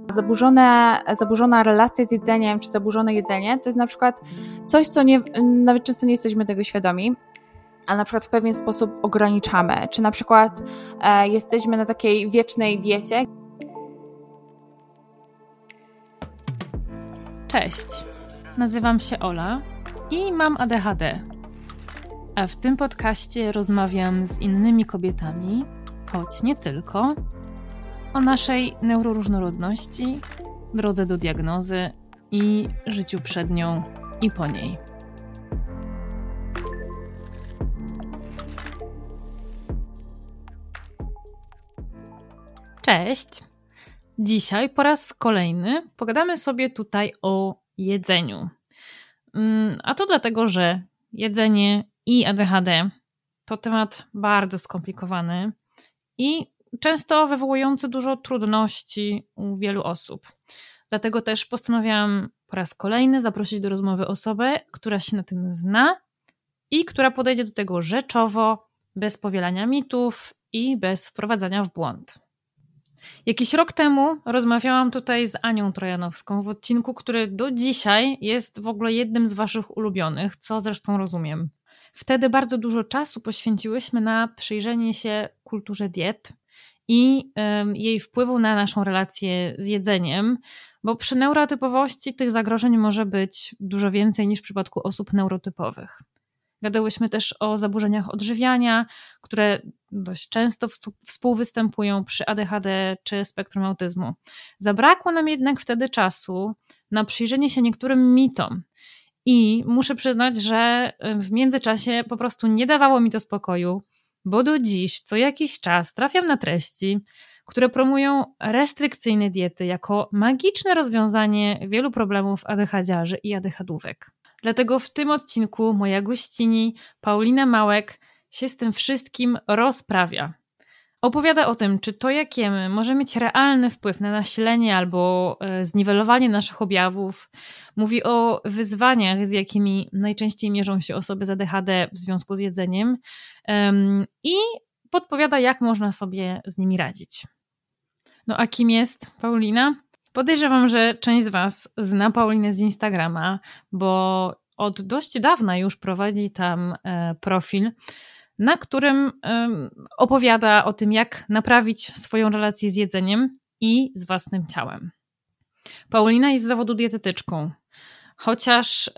Zaburzona relacja z jedzeniem, czy zaburzone jedzenie, to jest na przykład coś, co nawet często nie jesteśmy tego świadomi, ale na przykład w pewien sposób ograniczamy, czy na przykład jesteśmy na takiej wiecznej diecie. Cześć, nazywam się Ola i mam ADHD. A w tym podcaście rozmawiam z innymi kobietami, choć nie tylko, o naszej neuroróżnorodności, drodze do diagnozy i życiu przed nią i po niej. Cześć! Dzisiaj po raz kolejny pogadamy sobie tutaj o jedzeniu. A to dlatego, że jedzenie i ADHD to temat bardzo skomplikowany i często wywołujący dużo trudności u wielu osób. Dlatego też postanowiłam po raz kolejny zaprosić do rozmowy osobę, która się na tym zna i która podejdzie do tego rzeczowo, bez powielania mitów i bez wprowadzania w błąd. Jakiś rok temu rozmawiałam tutaj z Anią Trojanowską w odcinku, który do dzisiaj jest w ogóle jednym z waszych ulubionych, co zresztą rozumiem. Wtedy bardzo dużo czasu poświęciłyśmy na przyjrzenie się kulturze diet i jej wpływu na naszą relację z jedzeniem, bo przy neurotypowości tych zagrożeń może być dużo więcej niż w przypadku osób neurotypowych. Gadałyśmy też o zaburzeniach odżywiania, które dość często współwystępują przy ADHD czy spektrum autyzmu. Zabrakło nam jednak wtedy czasu na przyjrzenie się niektórym mitom i muszę przyznać, że w międzyczasie po prostu nie dawało mi to spokoju, bo do dziś co jakiś czas trafiam na treści, które promują restrykcyjne diety jako magiczne rozwiązanie wielu problemów ADHDarzy i ADHDówek. Dlatego w tym odcinku moja gościni Paulina Małek się z tym wszystkim rozprawia. Opowiada o tym, czy to jak jemy może mieć realny wpływ na nasilenie albo zniwelowanie naszych objawów. Mówi o wyzwaniach, z jakimi najczęściej mierzą się osoby z ADHD w związku z jedzeniem i podpowiada, jak można sobie z nimi radzić. No a kim jest Paulina? Podejrzewam, że część z was zna Paulinę z Instagrama, bo od dość dawna już prowadzi tam profil, na którym opowiada o tym, jak naprawić swoją relację z jedzeniem i z własnym ciałem. Paulina jest z zawodu dietetyczką, chociaż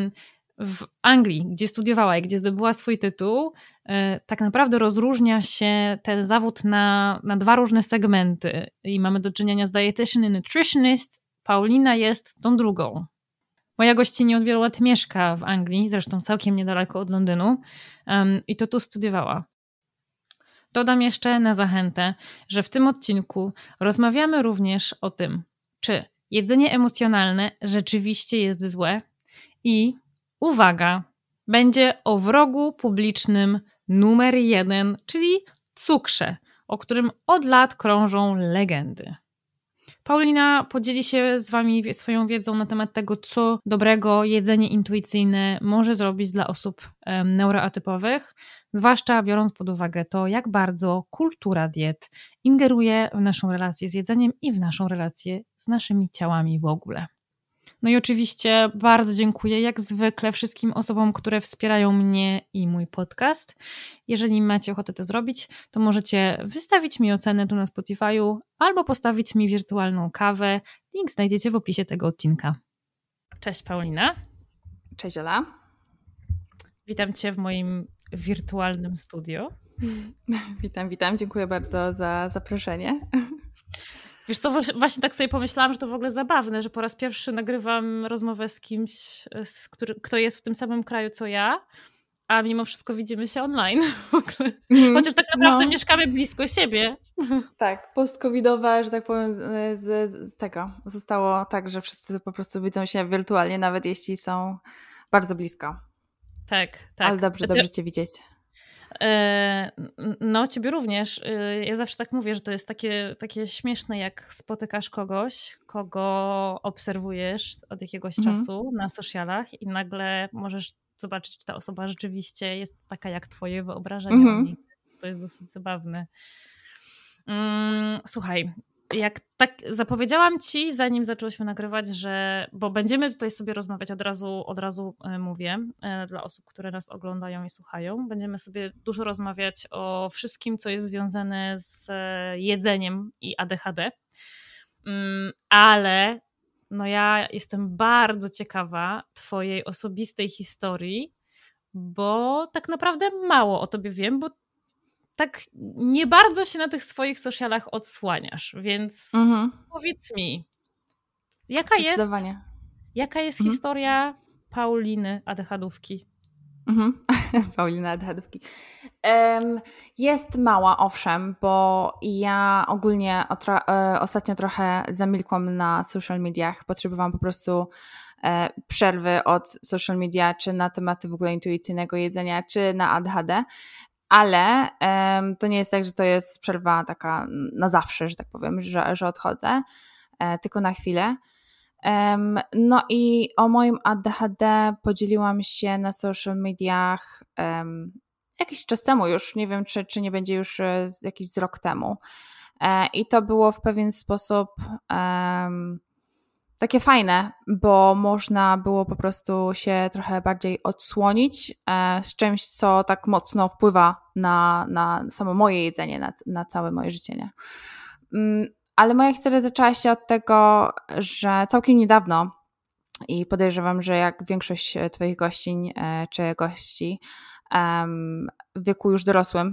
w Anglii, gdzie studiowała i gdzie zdobyła swój tytuł, tak naprawdę rozróżnia się ten zawód na dwa różne segmenty i mamy do czynienia z dietitian i nutritionist. Paulina jest tą drugą. Moja gościni od wielu lat mieszka w Anglii, zresztą całkiem niedaleko od Londynu, i to tu studiowała. Dodam jeszcze na zachętę, że w tym odcinku rozmawiamy również o tym, czy jedzenie emocjonalne rzeczywiście jest złe i uwaga, będzie o wrogu publicznym numer 1, czyli cukrze, o którym od lat krążą legendy. Paulina podzieli się z wami swoją wiedzą na temat tego, co dobrego jedzenie intuicyjne może zrobić dla osób neuroatypowych, zwłaszcza biorąc pod uwagę to, jak bardzo kultura diet ingeruje w naszą relację z jedzeniem i w naszą relację z naszymi ciałami w ogóle. No i oczywiście bardzo dziękuję jak zwykle wszystkim osobom, które wspierają mnie i mój podcast. Jeżeli macie ochotę to zrobić, to możecie wystawić mi ocenę tu na Spotify'u albo postawić mi wirtualną kawę. Link znajdziecie w opisie tego odcinka. Cześć Paulina. Cześć Ola. Witam cię w moim wirtualnym studio. Witam. Dziękuję bardzo za zaproszenie. Wiesz co, właśnie tak sobie pomyślałam, że to w ogóle zabawne, że po raz pierwszy nagrywam rozmowę z kimś, kto jest w tym samym kraju co ja, a mimo wszystko widzimy się online w ogóle. Chociaż tak naprawdę mieszkamy blisko siebie. Tak, post-covidowe, że tak powiem, z tego zostało tak, że wszyscy po prostu widzą się wirtualnie, nawet jeśli są bardzo blisko. Tak. Ale dobrze cię widzieć. No, ciebie również. Ja zawsze tak mówię, że to jest takie śmieszne, jak spotykasz kogoś, kogo obserwujesz od jakiegoś czasu na socialach i nagle możesz zobaczyć, czy ta osoba rzeczywiście jest taka jak twoje wyobrażenie o niej. To jest dosyć zabawne. Słuchaj, jak tak zapowiedziałam Ci, zanim zaczęłyśmy nagrywać, bo będziemy tutaj sobie rozmawiać, od razu mówię, dla osób, które nas oglądają i słuchają, będziemy sobie dużo rozmawiać o wszystkim, co jest związane z jedzeniem i ADHD, ale no ja jestem bardzo ciekawa Twojej osobistej historii, bo tak naprawdę mało o Tobie wiem, bo tak nie bardzo się na tych swoich socialach odsłaniasz, więc powiedz mi, jaka jest historia Pauliny ADHD-ówki? Paulina ADHD-ówki. Jest mała, owszem, bo ja ogólnie ostatnio trochę zamilkłam na social mediach. Potrzebowałam po prostu przerwy od social media, czy na tematy w ogóle intuicyjnego jedzenia, czy na ADHD. Ale to nie jest tak, że to jest przerwa taka na zawsze, że tak powiem, że odchodzę, tylko na chwilę. No i o moim ADHD podzieliłam się na social mediach jakiś czas temu już, nie wiem czy nie będzie już jakiś z rok temu. I to było w pewien sposób takie fajne, bo można było po prostu się trochę bardziej odsłonić z czymś, co tak mocno wpływa na samo moje jedzenie, na całe moje życie. Nie? Ale moja historia zaczęła się od tego, że całkiem niedawno i podejrzewam, że jak większość Twoich gościń czy gości w wieku już dorosłym,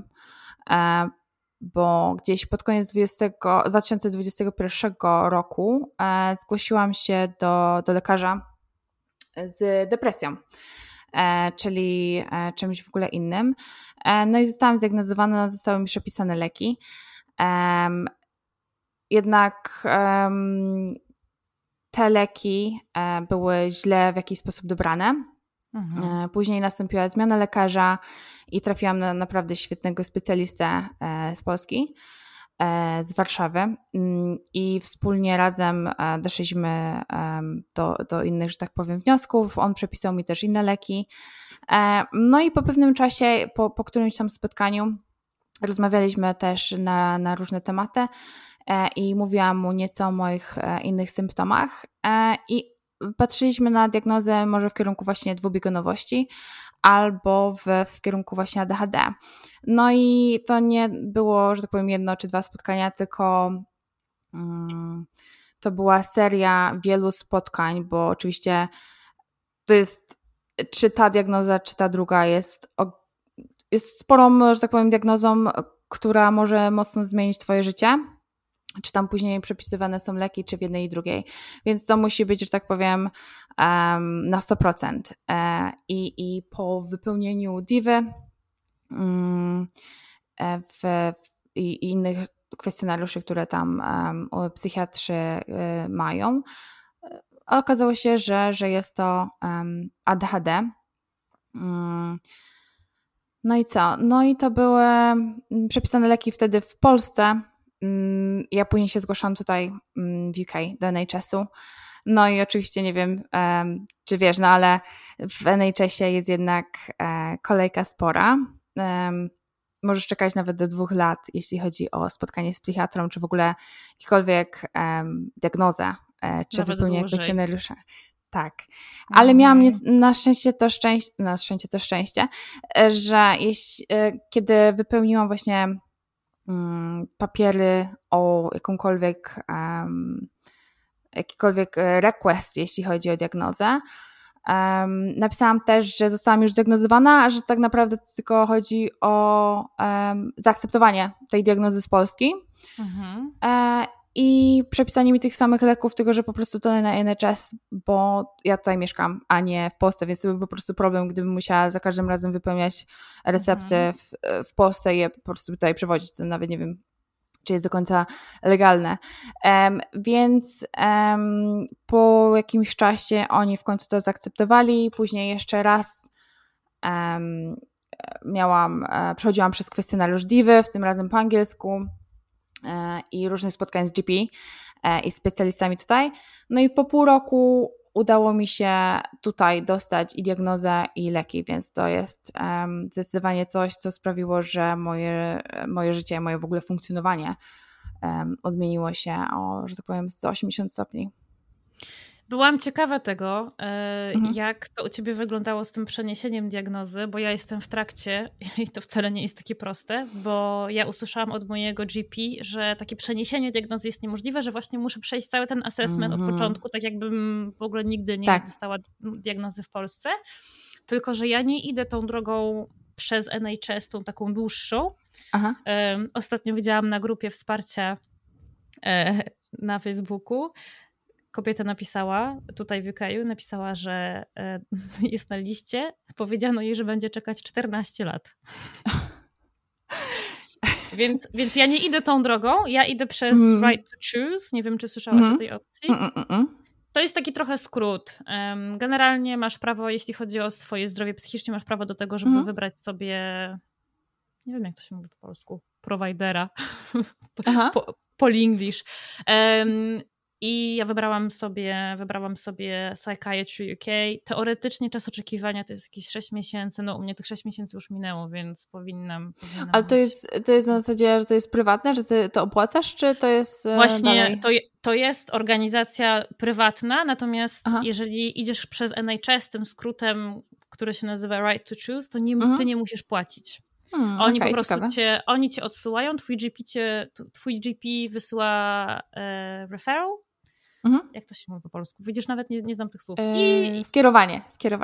bo gdzieś pod koniec 2021 roku zgłosiłam się do lekarza z depresją, czyli czymś w ogóle innym. No i zostałam zdiagnozowana, zostały mi przepisane leki. Jednak te leki były źle w jakiś sposób dobrane. Później nastąpiła zmiana lekarza i trafiłam na naprawdę świetnego specjalistę z Polski, z Warszawy i wspólnie razem doszliśmy do innych, że tak powiem, wniosków. On przepisał mi też inne leki. No i po pewnym czasie, po którymś tam spotkaniu rozmawialiśmy też na różne tematy i mówiłam mu nieco o moich innych symptomach i patrzyliśmy na diagnozę może w kierunku właśnie dwubiegunowości albo w kierunku właśnie ADHD. No i to nie było, że tak powiem, 1 czy 2 spotkania, tylko to była seria wielu spotkań, bo oczywiście to jest, czy ta diagnoza, czy ta druga jest sporą, że tak powiem, diagnozą, która może mocno zmienić Twoje życie, czy tam później przepisywane są leki, czy w jednej i drugiej. Więc to musi być, że tak powiem, na 100%. I po wypełnieniu DIVy i innych kwestionariuszy, które tam psychiatrzy mają, okazało się, że jest to ADHD. No i co? No i to były przepisane leki wtedy w Polsce. Ja później się zgłaszałam tutaj w UK do NHS-u. No i oczywiście nie wiem, czy wiesz, no ale w NHS-ie jest jednak kolejka spora. Możesz czekać nawet do 2 lat, jeśli chodzi o spotkanie z psychiatrą, czy w ogóle jakąkolwiek diagnozę, czy wypełnienie kwestionariusza. Tak, ale miałam na szczęście to szczęście, że kiedy wypełniłam właśnie papiery o jakikolwiek request, jeśli chodzi o diagnozę. Napisałam też, że zostałam już zdiagnozowana, a że tak naprawdę tylko chodzi o zaakceptowanie tej diagnozy z Polski i przepisanie mi tych samych leków, tylko że po prostu to na NHS, bo ja tutaj mieszkam, a nie w Polsce, więc to był po prostu problem, gdybym musiała za każdym razem wypełniać recepty w Polsce i je po prostu tutaj przewozić, to nawet nie wiem, czy jest do końca legalne. Więc po jakimś czasie oni w końcu to zaakceptowali. Później jeszcze raz przechodziłam przez kwestionariusz DIVy, w tym razem po angielsku i różnych spotkań z GP i specjalistami tutaj. No i po pół roku udało mi się tutaj dostać i diagnozę, i leki, więc to jest zdecydowanie coś, co sprawiło, że moje życie, moje w ogóle funkcjonowanie odmieniło się o, że tak powiem, 180 stopni. Byłam ciekawa tego, jak to u ciebie wyglądało z tym przeniesieniem diagnozy, bo ja jestem w trakcie i to wcale nie jest takie proste, bo ja usłyszałam od mojego GP, że takie przeniesienie diagnozy jest niemożliwe, że właśnie muszę przejść cały ten assessment od początku, tak jakbym w ogóle nigdy nie dostała diagnozy w Polsce, tylko że ja nie idę tą drogą przez NHS, tą taką dłuższą. Ostatnio widziałam na grupie wsparcia na Facebooku, kobieta napisała, tutaj w UK, napisała, że jest na liście. Powiedziano jej, że będzie czekać 14 lat. Więc ja nie idę tą drogą, ja idę przez Right to Choose. Nie wiem, czy słyszałaś o tej opcji. To jest taki trochę skrót. Generalnie masz prawo, jeśli chodzi o swoje zdrowie psychiczne, masz prawo do tego, żeby wybrać sobie, nie wiem, jak to się mówi po polsku, providera. Polinglish. I ja wybrałam sobie Psychiatry UK. Teoretycznie czas oczekiwania to jest jakieś 6 miesięcy. No u mnie tych 6 miesięcy już minęło, więc powinnam Ale to jest na zasadzie, że to jest prywatne, że ty to opłacasz, czy to jest Właśnie, to jest organizacja prywatna, natomiast jeżeli idziesz przez NHS tym skrótem, który się nazywa Right to Choose, to ty nie musisz płacić. Oni po prostu oni cię odsyłają, twój GP wysyła referral. Jak to się mówi po polsku? Widzisz, nawet nie znam tych słów. Skierowanie.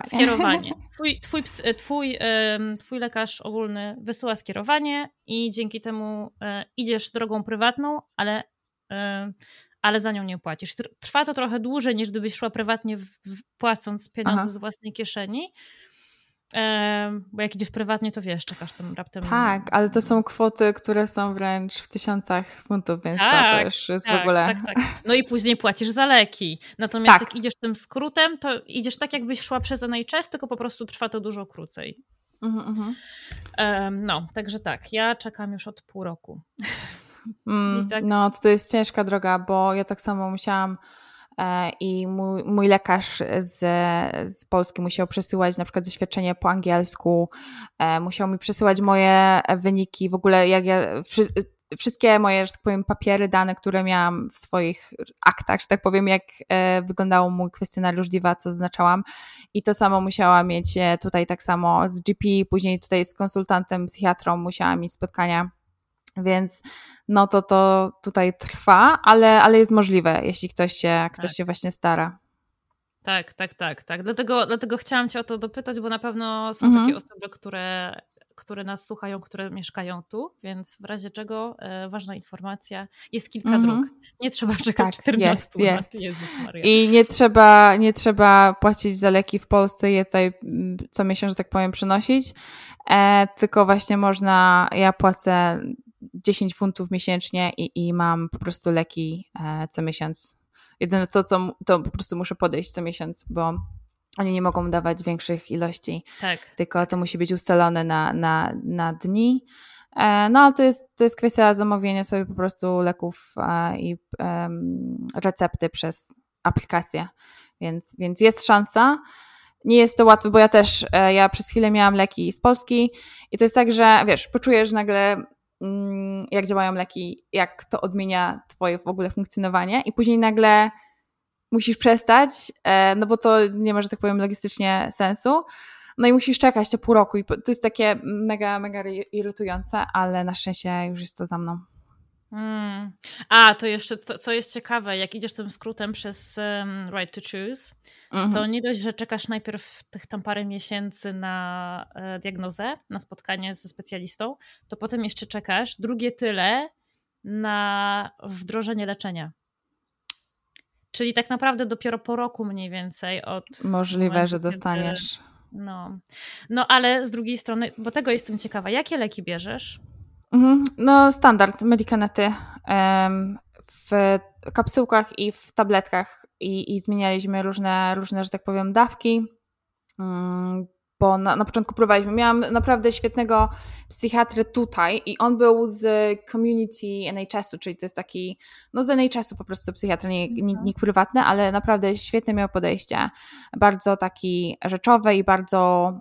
Twój lekarz ogólny wysyła skierowanie i dzięki temu idziesz drogą prywatną, ale za nią nie płacisz. Trwa to trochę dłużej, niż gdybyś szła prywatnie, płacąc pieniądze z własnej kieszeni. Bo jak idziesz prywatnie, to wiesz, czekasz tam raptem. Tak, ale to są kwoty, które są wręcz w 1000 funtów, więc to już jest w ogóle... Tak. No i później płacisz za leki. Natomiast jak idziesz tym skrótem, to idziesz tak, jakbyś szła przez NHS, tylko po prostu trwa to dużo krócej. No, także tak, ja czekam już od pół roku. No, to jest ciężka droga, bo ja tak samo musiałam i mój lekarz z Polski musiał przesyłać na przykład zaświadczenie po angielsku, musiał mi przesyłać moje wyniki, w ogóle jak wszystkie moje, że tak powiem, papiery, dane, które miałam w swoich aktach, że tak powiem, jak wyglądał mój kwestionariusz DIVA, co zaznaczałam, i to samo musiała mieć tutaj tak samo z GP, później tutaj z konsultantem, psychiatrą musiała mieć spotkania. Więc no to tutaj trwa, ale jest możliwe, jeśli ktoś się właśnie stara. Tak. Dlatego chciałam cię o to dopytać, bo na pewno są takie osoby, które nas słuchają, które mieszkają tu, więc w razie czego ważna informacja, jest kilka dróg. Nie trzeba czekać 14 lat. Jezus Maria. I nie trzeba płacić za leki w Polsce, je tutaj co miesiąc, że tak powiem, przynosić, tylko właśnie ja płacę 10 funtów miesięcznie i mam po prostu leki co miesiąc. Jedyne to po prostu muszę podejść co miesiąc, bo oni nie mogą dawać większych ilości, tylko to musi być ustalone na dni. No to jest kwestia zamówienia sobie po prostu leków i recepty przez aplikację, więc jest szansa. Nie jest to łatwe, bo ja przez chwilę miałam leki z Polski i to jest tak, że wiesz, poczujesz nagle jak działają leki, jak to odmienia twoje w ogóle funkcjonowanie i później nagle musisz przestać, no bo to nie ma, że tak powiem, logistycznie sensu, no i musisz czekać te pół roku i to jest takie mega, mega irytujące, ale na szczęście już jest to za mną. To jeszcze, co jest ciekawe, jak idziesz tym skrótem przez Right to Choose, to nie dość, że czekasz najpierw tych tam parę miesięcy na diagnozę, na spotkanie ze specjalistą, to potem jeszcze czekasz drugie tyle na wdrożenie leczenia. Czyli tak naprawdę dopiero po roku mniej więcej od... Możliwe, momentu, że dostaniesz. No ale z drugiej strony, bo tego jestem ciekawa, jakie leki bierzesz? No standard, medikanety w kapsułkach i w tabletkach i zmienialiśmy różne, że tak powiem, dawki, bo na początku próbowaliśmy. Miałam naprawdę świetnego psychiatrę tutaj i on był z community NHS-u, czyli to jest taki, no z NHS-u po prostu psychiatra, nie prywatny, ale naprawdę świetne miał podejście, bardzo taki rzeczowe i bardzo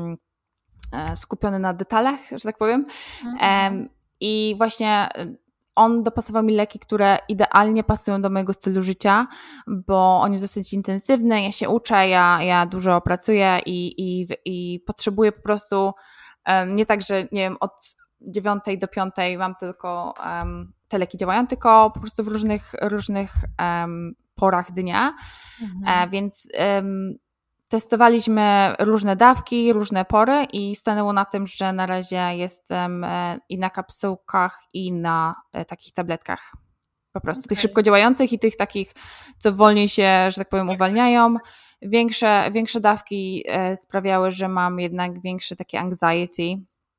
skupiony na detalach, że tak powiem. I właśnie on dopasował mi leki, które idealnie pasują do mojego stylu życia, bo on jest dosyć intensywny, ja się uczę, ja dużo pracuję i potrzebuję po prostu, nie tak, że nie wiem, od 9 do 5 mam tylko te leki działają, tylko po prostu w różnych porach dnia, więc testowaliśmy różne dawki, różne pory i stanęło na tym, że na razie jestem i na kapsułkach, i na takich tabletkach. Po prostu tych szybko działających i tych takich, co wolniej się, że tak powiem, uwalniają. Większe dawki sprawiały, że mam jednak większe takie anxiety.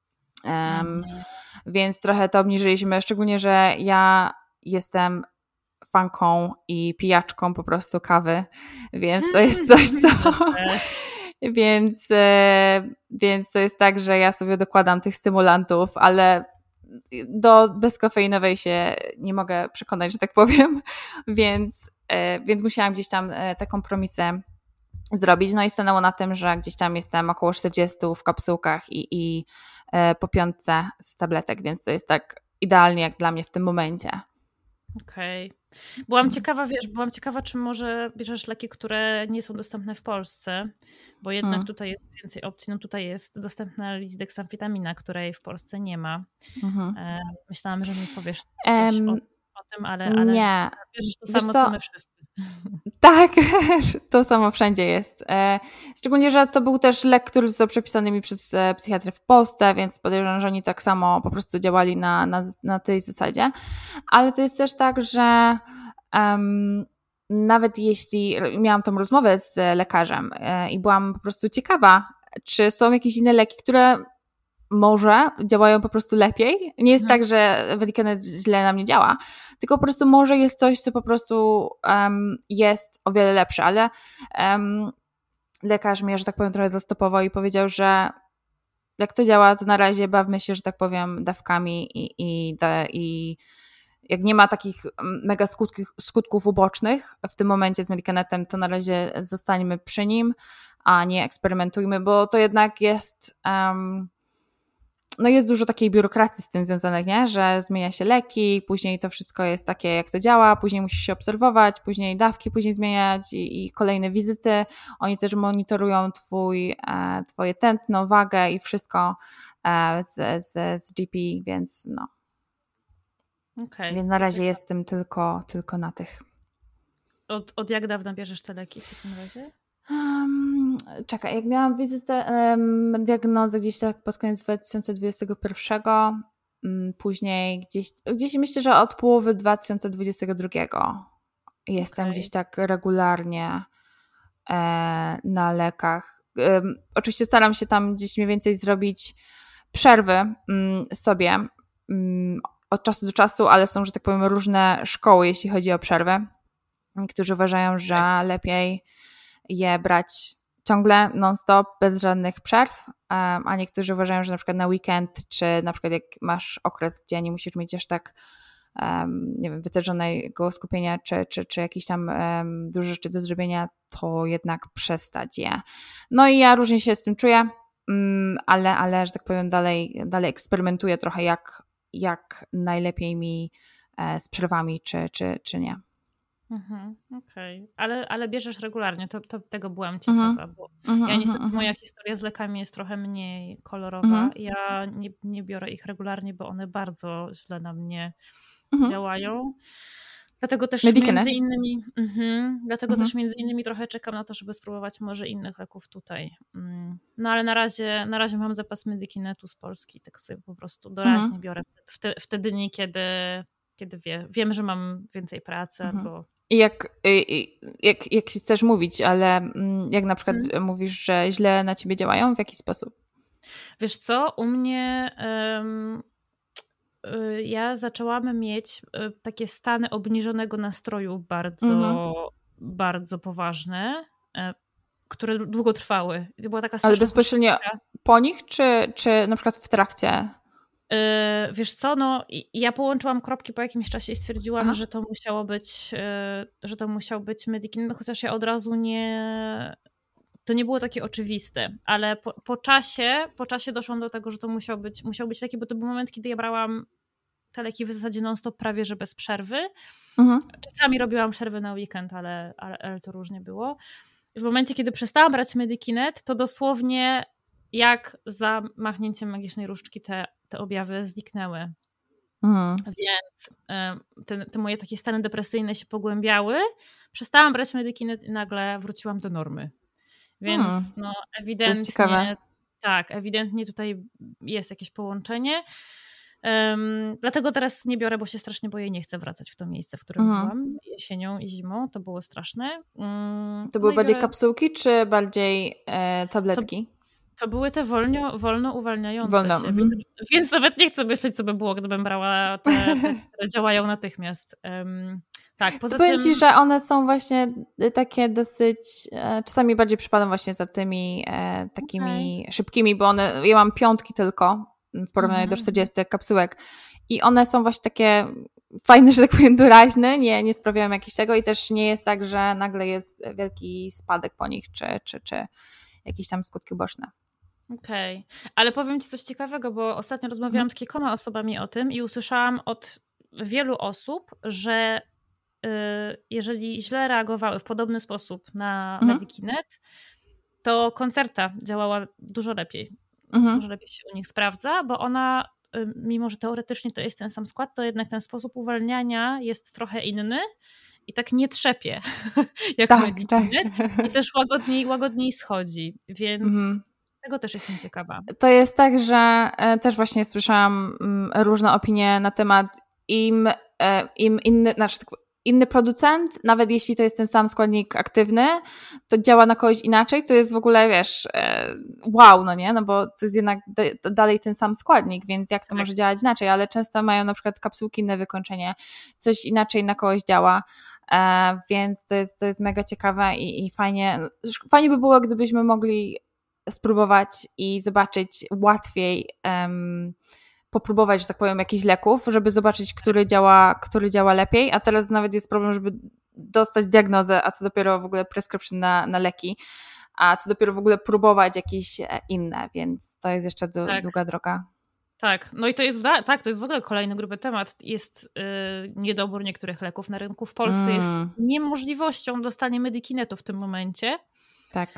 Więc trochę to obniżyliśmy, szczególnie, że ja jestem fanką i pijaczką po prostu kawy, więc to jest coś, co... Więc to jest tak, że ja sobie dokładam tych stymulantów, ale do bezkofeinowej się nie mogę przekonać, że tak powiem, więc musiałam gdzieś tam te kompromisy zrobić. No i stanęło na tym, że gdzieś tam jestem około 40 w kapsułkach i po 5 z tabletek, więc to jest tak idealnie jak dla mnie w tym momencie. Okej. Byłam ciekawa, czy może bierzesz leki, które nie są dostępne w Polsce, bo jednak tutaj jest więcej opcji. No tutaj jest dostępna lisdeksamfetamina, której w Polsce nie ma. Myślałam, że mi powiesz coś o tym, ale nie. Bierzesz to samo, co my wszyscy. Tak, to samo wszędzie jest. Szczególnie, że to był też lek, który został przepisany mi przez psychiatrę w Polsce, więc podejrzewam, że oni tak samo po prostu działali na tej zasadzie. Ale to jest też tak, że nawet jeśli miałam tą rozmowę z lekarzem i byłam po prostu ciekawa, czy są jakieś inne leki, które może działają po prostu lepiej. Nie jest tak, że Medicanet źle na mnie działa, tylko po prostu może jest coś, co po prostu jest o wiele lepsze, ale lekarz mnie, że tak powiem, trochę zastopował i powiedział, że jak to działa, to na razie bawmy się, że tak powiem, dawkami i jak nie ma takich mega skutków ubocznych w tym momencie z Medicanetem, to na razie zostańmy przy nim, a nie eksperymentujmy, bo to jednak jest... no jest dużo takiej biurokracji z tym związanych, nie? Że zmienia się leki, później to wszystko jest takie, jak to działa, później musisz się obserwować, później dawki później zmieniać i kolejne wizyty. Oni też monitorują twoje tętno, wagę i wszystko z GP, więc no. Okay. Więc na razie jestem tylko na tych. Od jak dawna bierzesz te leki w takim razie? Czekaj, jak miałam wizytę, diagnozę gdzieś tak pod koniec 2021, później gdzieś myślę, że od połowy 2022 jestem gdzieś tak regularnie na lekach. Oczywiście staram się tam gdzieś mniej więcej zrobić przerwy sobie od czasu do czasu, ale są, że tak powiem, różne szkoły, jeśli chodzi o przerwę. Niektórzy uważają, że lepiej je brać ciągle, non-stop, bez żadnych przerw, a niektórzy uważają, że na przykład na weekend, czy na przykład jak masz okres, gdzie nie musisz mieć aż tak nie wiem, wytężonego skupienia, czy jakieś tam duże rzeczy do zrobienia, to jednak przestać je. No i ja różnie się z tym czuję, ale że tak powiem dalej eksperymentuję trochę, jak najlepiej mi z przerwami, czy nie. Okej. Ale bierzesz regularnie, to tego byłam ciekawa, bo ja niestety moja historia z lekami jest trochę mniej kolorowa. Ja nie biorę ich regularnie, bo one bardzo źle na mnie działają. Dlatego też między innymi trochę czekam na to, żeby spróbować może innych leków tutaj. No ale na razie mam zapas Medicanetu z Polski, tak sobie po prostu doraźnie biorę w te dni, kiedy wiem, że mam więcej pracy albo... I jak chcesz mówić, ale jak na przykład mówisz, że źle na ciebie działają, w jaki sposób? Wiesz co, u mnie ja zaczęłam mieć takie stany obniżonego nastroju bardzo poważne, które długo trwały. To była taka ale bezpośrednio po nich, czy na przykład w trakcie? Wiesz co, no ja połączyłam kropki po jakimś czasie i stwierdziłam, że to musiał być Medicanet, chociaż ja od razu to nie było takie oczywiste, ale po czasie doszłam do tego, że to musiał być taki, bo to był moment, kiedy ja brałam te leki w zasadzie non-stop prawie, że bez przerwy. Mhm. Czasami robiłam przerwy na weekend, ale to różnie było. W momencie, kiedy przestałam brać Medikinet, to dosłownie jak za machnięciem magicznej różdżki te objawy zniknęły. Więc te moje takie stany depresyjne się pogłębiały. Przestałam brać Medikinet i nagle wróciłam do normy. Więc no ewidentnie tak, ewidentnie tutaj jest jakieś połączenie. Dlatego teraz nie biorę, bo się strasznie boję, nie chcę wracać w to miejsce, w którym byłam jesienią i zimą. To było straszne. To były bardziej kapsułki, czy bardziej tabletki? To były te wolno uwalniające się, więc nawet nie chcę myśleć, co by było, gdybym brała te które działają natychmiast. Tak, poza powiem Ci, że one są właśnie takie dosyć, czasami bardziej przypadam właśnie za tymi takimi szybkimi, bo ja mam 5 tylko w porównaniu do 40 kapsułek i one są właśnie takie fajne, że tak powiem, doraźne, nie sprawiają jakiegoś tego i też nie jest tak, że nagle jest wielki spadek po nich, czy jakieś tam skutki uboczne. Okej, ale powiem Ci coś ciekawego, bo ostatnio rozmawiałam z kilkoma osobami o tym i usłyszałam od wielu osób, że jeżeli źle reagowały w podobny sposób na Medikinet, to Concerta działała dużo lepiej. Dużo lepiej się u nich sprawdza, bo ona, mimo że teoretycznie to jest ten sam skład, to jednak ten sposób uwalniania jest trochę inny i tak nie trzepie jak Medikinet i też łagodniej schodzi, więc tego też jestem ciekawa. To jest tak, że też właśnie słyszałam różne opinie na temat im inny, znaczy inny producent, nawet jeśli to jest ten sam składnik aktywny, to działa na kogoś inaczej, co jest w ogóle, wiesz, wow, no nie? No bo to jest jednak dalej ten sam składnik, więc jak to może działać inaczej, ale często mają na przykład kapsułki inne wykończenie, coś inaczej na kogoś działa, więc to jest mega ciekawe i fajnie by było, gdybyśmy mogli spróbować i zobaczyć łatwiej popróbować, że tak powiem, jakichś leków, żeby zobaczyć, który działa lepiej, a teraz nawet jest problem, żeby dostać diagnozę, a co dopiero w ogóle prescription na leki, a co dopiero w ogóle próbować jakieś inne, więc to jest jeszcze długa droga. Tak, no i to jest w ogóle kolejny gruby temat. Jest niedobór niektórych leków na rynku. W Polsce jest niemożliwością dostania Medikinetu w tym momencie. Tak.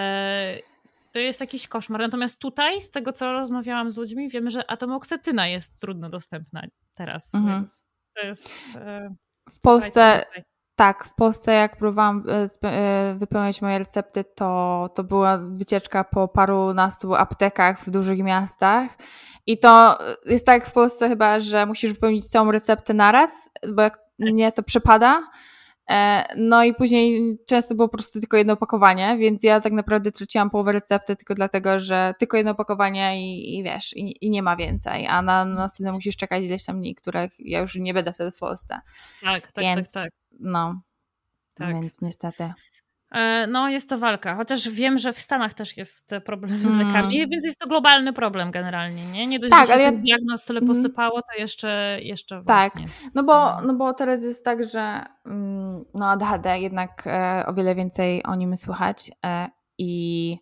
To jest jakiś koszmar. Natomiast tutaj, z tego co rozmawiałam z ludźmi, wiemy, że atomoksytyna jest trudno dostępna teraz, więc to jest... W Polsce, tak, w Polsce jak próbowałam wypełniać moje recepty, to była wycieczka po parunastu aptekach w dużych miastach i to jest tak w Polsce chyba, że musisz wypełnić całą receptę naraz, bo jak nie, to przepada. No i później często było po prostu tylko jedno opakowanie, więc ja tak naprawdę traciłam połowę recepty tylko dlatego, że tylko jedno opakowanie i wiesz, i nie ma więcej, a na następne musisz czekać gdzieś tam dni, których ja już nie będę wtedy w Polsce. Tak. No, więc niestety. No jest to walka, chociaż wiem, że w Stanach też jest problem z lekami, więc jest to globalny problem generalnie, nie dość, że się diagnoz tyle posypało, to jeszcze właśnie. Tak, no bo teraz jest tak, że ADHD jednak o wiele więcej o nim słychać i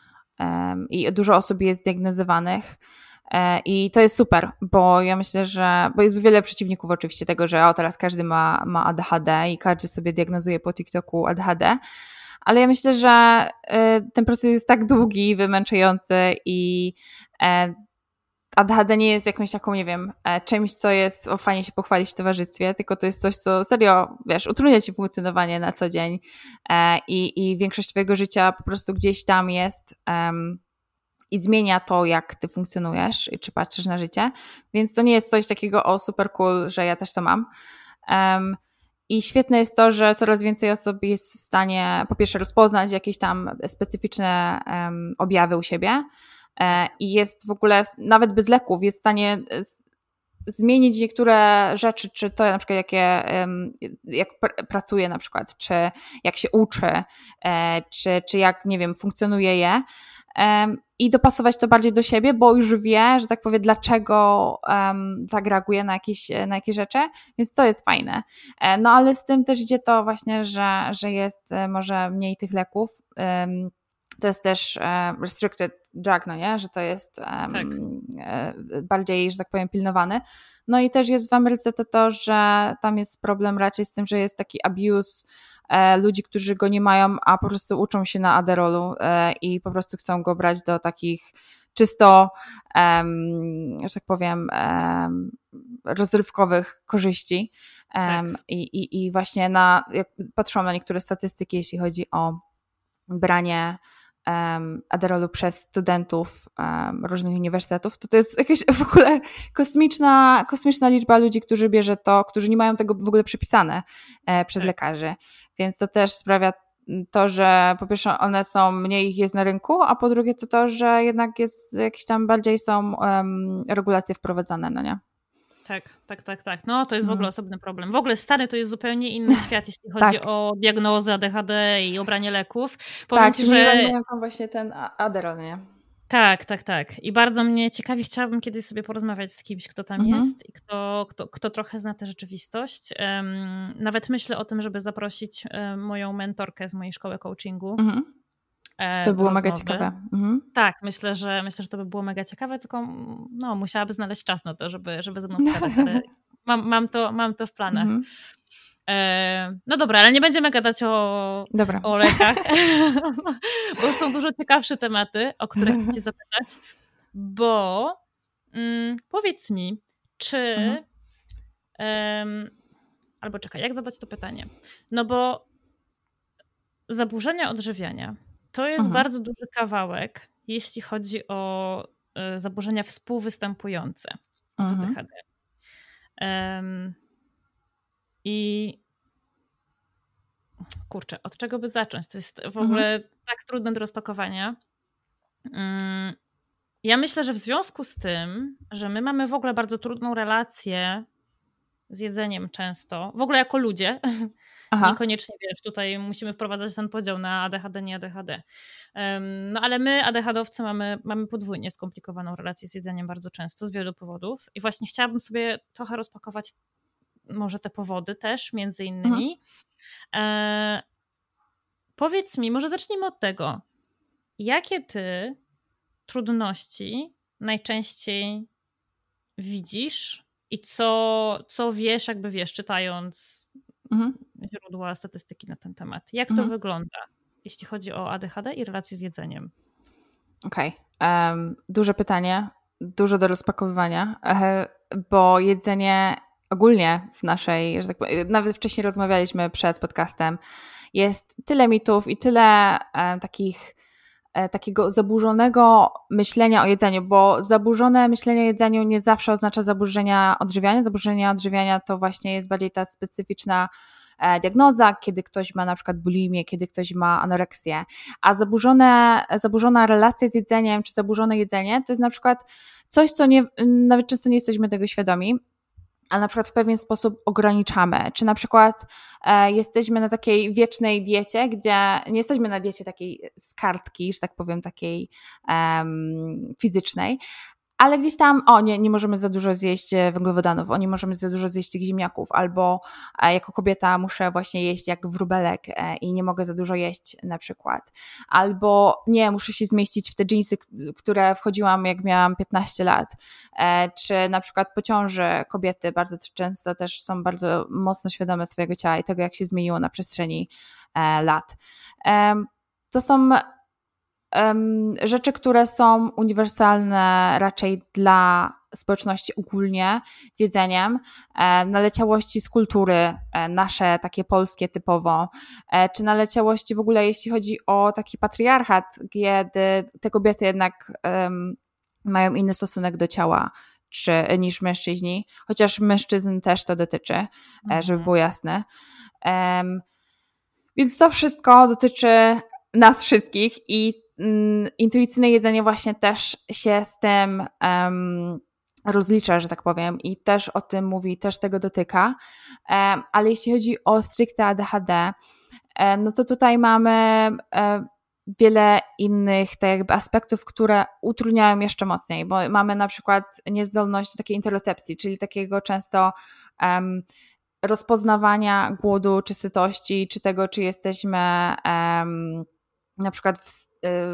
dużo osób jest zdiagnozowanych. I to jest super, bo ja myślę, bo jest wiele przeciwników oczywiście tego, że teraz każdy ma ADHD i każdy sobie diagnozuje po TikToku ADHD, ale ja myślę, że ten proces jest tak długi, wymęczający i ADHD nie jest jakąś taką, nie wiem, czymś, co jest fajnie się pochwalić w towarzystwie, tylko to jest coś, co serio, wiesz, utrudnia ci funkcjonowanie na co dzień i większość twojego życia po prostu gdzieś tam jest i zmienia to, jak ty funkcjonujesz i czy patrzysz na życie, więc to nie jest coś takiego super cool, że ja też to mam. I świetne jest to, że coraz więcej osób jest w stanie po pierwsze rozpoznać jakieś tam specyficzne objawy u siebie i jest w ogóle, nawet bez leków, jest w stanie zmienić niektóre rzeczy, czy to na przykład jak pracuje na przykład, czy jak się uczy, czy jak, nie wiem, funkcjonuje je i dopasować to bardziej do siebie, bo już wie, że tak powiem, dlaczego tak reaguje na jakieś rzeczy, więc to jest fajne. No ale z tym też idzie to właśnie, że jest może mniej tych leków. To jest też restricted drug, no nie? Że to jest Tak. bardziej, że tak powiem, pilnowany. No i też jest w Ameryce to, że tam jest problem raczej z tym, że jest taki abuse ludzi, którzy go nie mają, a po prostu uczą się na Adderallu i po prostu chcą go brać do takich czysto, że tak powiem, rozrywkowych korzyści. Tak. I właśnie jak patrzyłam na niektóre statystyki, jeśli chodzi o branie Adderallu przez studentów różnych uniwersytetów, to jest jakaś w ogóle kosmiczna liczba ludzi, którzy bierze to, którzy nie mają tego w ogóle przypisane przez lekarzy. Więc to też sprawia to, że po pierwsze one są, mniej ich jest na rynku, a po drugie to, że jednak jest jakieś tam bardziej są regulacje wprowadzane, no nie? Tak. No to jest w ogóle osobny problem. W ogóle Stany to jest zupełnie inny świat, jeśli chodzi o diagnozę ADHD i o branie leków. Powiem ci, że mają tam właśnie ten Adderall, nie? Tak. I bardzo mnie ciekawi, chciałabym kiedyś sobie porozmawiać z kimś, kto tam jest i kto trochę zna tę rzeczywistość. Nawet myślę o tym, żeby zaprosić moją mentorkę z mojej szkoły coachingu. To było mega ciekawe. Tak, myślę, że to by było mega ciekawe, tylko musiałaby znaleźć czas na to, żeby ze mną pogadać, ale mam to w planach. No dobra, ale nie będziemy gadać o lekach, bo są dużo ciekawsze tematy, o które chcę cię zapytać, bo powiedz mi, czy albo czekaj, jak zadać to pytanie? No bo zaburzenia odżywiania to jest bardzo duży kawałek, jeśli chodzi o zaburzenia współwystępujące z ADHD. I kurczę, od czego by zacząć? To jest w ogóle tak trudne do rozpakowania. Ja myślę, że w związku z tym, że my mamy w ogóle bardzo trudną relację z jedzeniem często, w ogóle jako ludzie, niekoniecznie wiesz, tutaj musimy wprowadzać ten podział na ADHD, nie ADHD. No ale my, ADHD-owcy, mamy podwójnie skomplikowaną relację z jedzeniem bardzo często, z wielu powodów i właśnie chciałabym sobie trochę rozpakować może te powody też, między innymi. Powiedz mi, może zacznijmy od tego, jakie ty trudności najczęściej widzisz i co wiesz, jakby wiesz, czytając źródła statystyki na ten temat. Jak to wygląda, jeśli chodzi o ADHD i relacje z jedzeniem? Okej. Duże pytanie, dużo do rozpakowywania, bo jedzenie ogólnie w naszej, że tak powiem, nawet wcześniej rozmawialiśmy przed podcastem, jest tyle mitów i tyle takiego zaburzonego myślenia o jedzeniu, bo zaburzone myślenie o jedzeniu nie zawsze oznacza zaburzenia odżywiania. Zaburzenia odżywiania to właśnie jest bardziej ta specyficzna diagnoza, kiedy ktoś ma na przykład bulimię, kiedy ktoś ma anoreksję, a zaburzona relacja z jedzeniem czy zaburzone jedzenie to jest na przykład coś, co nawet często nie jesteśmy tego świadomi, ale na przykład w pewien sposób ograniczamy, czy na przykład jesteśmy na takiej wiecznej diecie, gdzie nie jesteśmy na diecie takiej z kartki, że tak powiem, takiej fizycznej, ale gdzieś tam, nie możemy za dużo zjeść węglowodanów, nie możemy za dużo zjeść tych ziemniaków, albo jako kobieta muszę właśnie jeść jak wróbelek i nie mogę za dużo jeść na przykład, albo nie, muszę się zmieścić w te dżinsy, które wchodziłam jak miałam 15 lat, czy na przykład po ciąży kobiety bardzo często też są bardzo mocno świadome swojego ciała i tego, jak się zmieniło na przestrzeni lat. To są rzeczy, które są uniwersalne raczej dla społeczności ogólnie z jedzeniem, naleciałości z kultury, nasze takie polskie typowo, czy naleciałości w ogóle jeśli chodzi o taki patriarchat, kiedy te kobiety jednak mają inny stosunek do ciała niż mężczyźni, chociaż mężczyzn też to dotyczy, żeby było jasne. Więc to wszystko dotyczy nas wszystkich i intuicyjne jedzenie właśnie też się z tym rozlicza, że tak powiem, i też o tym mówi, też tego dotyka, ale jeśli chodzi o stricte ADHD, no to tutaj mamy wiele innych tak jakby aspektów, które utrudniają jeszcze mocniej, bo mamy na przykład niezdolność do takiej interocepcji, czyli takiego często rozpoznawania głodu czy sytości, czy tego, czy jesteśmy na przykład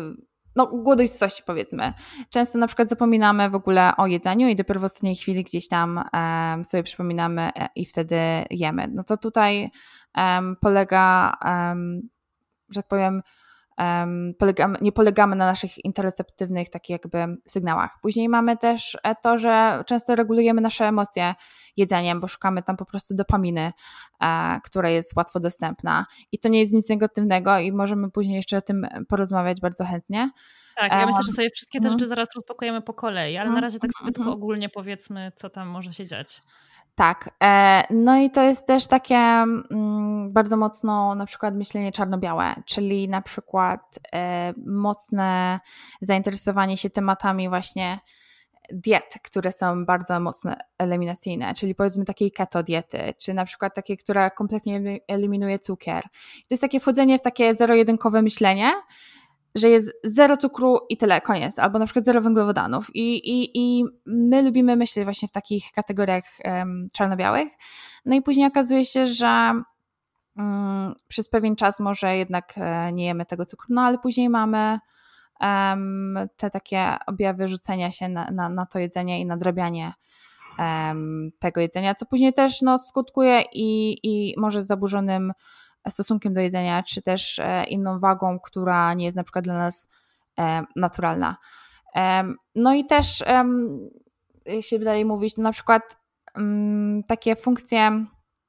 no, głodoistości powiedzmy. Często na przykład zapominamy w ogóle o jedzeniu i dopiero w ostatniej chwili gdzieś tam sobie przypominamy i wtedy jemy. No to tutaj polega, że tak powiem, nie polegamy na naszych interoceptywnych takich jakby sygnałach. Później mamy też to, że często regulujemy nasze emocje jedzeniem, bo szukamy tam po prostu dopaminy, która jest łatwo dostępna i to nie jest nic negatywnego i możemy później jeszcze o tym porozmawiać bardzo chętnie. Tak, ja myślę, że sobie wszystkie te rzeczy zaraz rozpakujemy po kolei, ale na razie tak sobie tylko ogólnie powiedzmy, co tam może się dziać. Tak, no i to jest też takie bardzo mocno na przykład myślenie czarno-białe, czyli na przykład mocne zainteresowanie się tematami właśnie diet, które są bardzo mocno eliminacyjne, czyli powiedzmy takiej keto diety, czy na przykład takie, która kompletnie eliminuje cukier. To jest takie wchodzenie w takie zero-jedynkowe myślenie, że jest zero cukru i tyle, koniec, albo na przykład zero węglowodanów i my lubimy myśleć właśnie w takich kategoriach czarno-białych, no i później okazuje się, że przez pewien czas może jednak nie jemy tego cukru, no ale później mamy te takie objawy rzucenia się na to jedzenie i nadrabianie tego jedzenia, co później też no, skutkuje i może zaburzonym stosunkiem do jedzenia, czy też inną wagą, która nie jest na przykład dla nas naturalna. No i też, jeśli dalej mówić, na przykład takie funkcje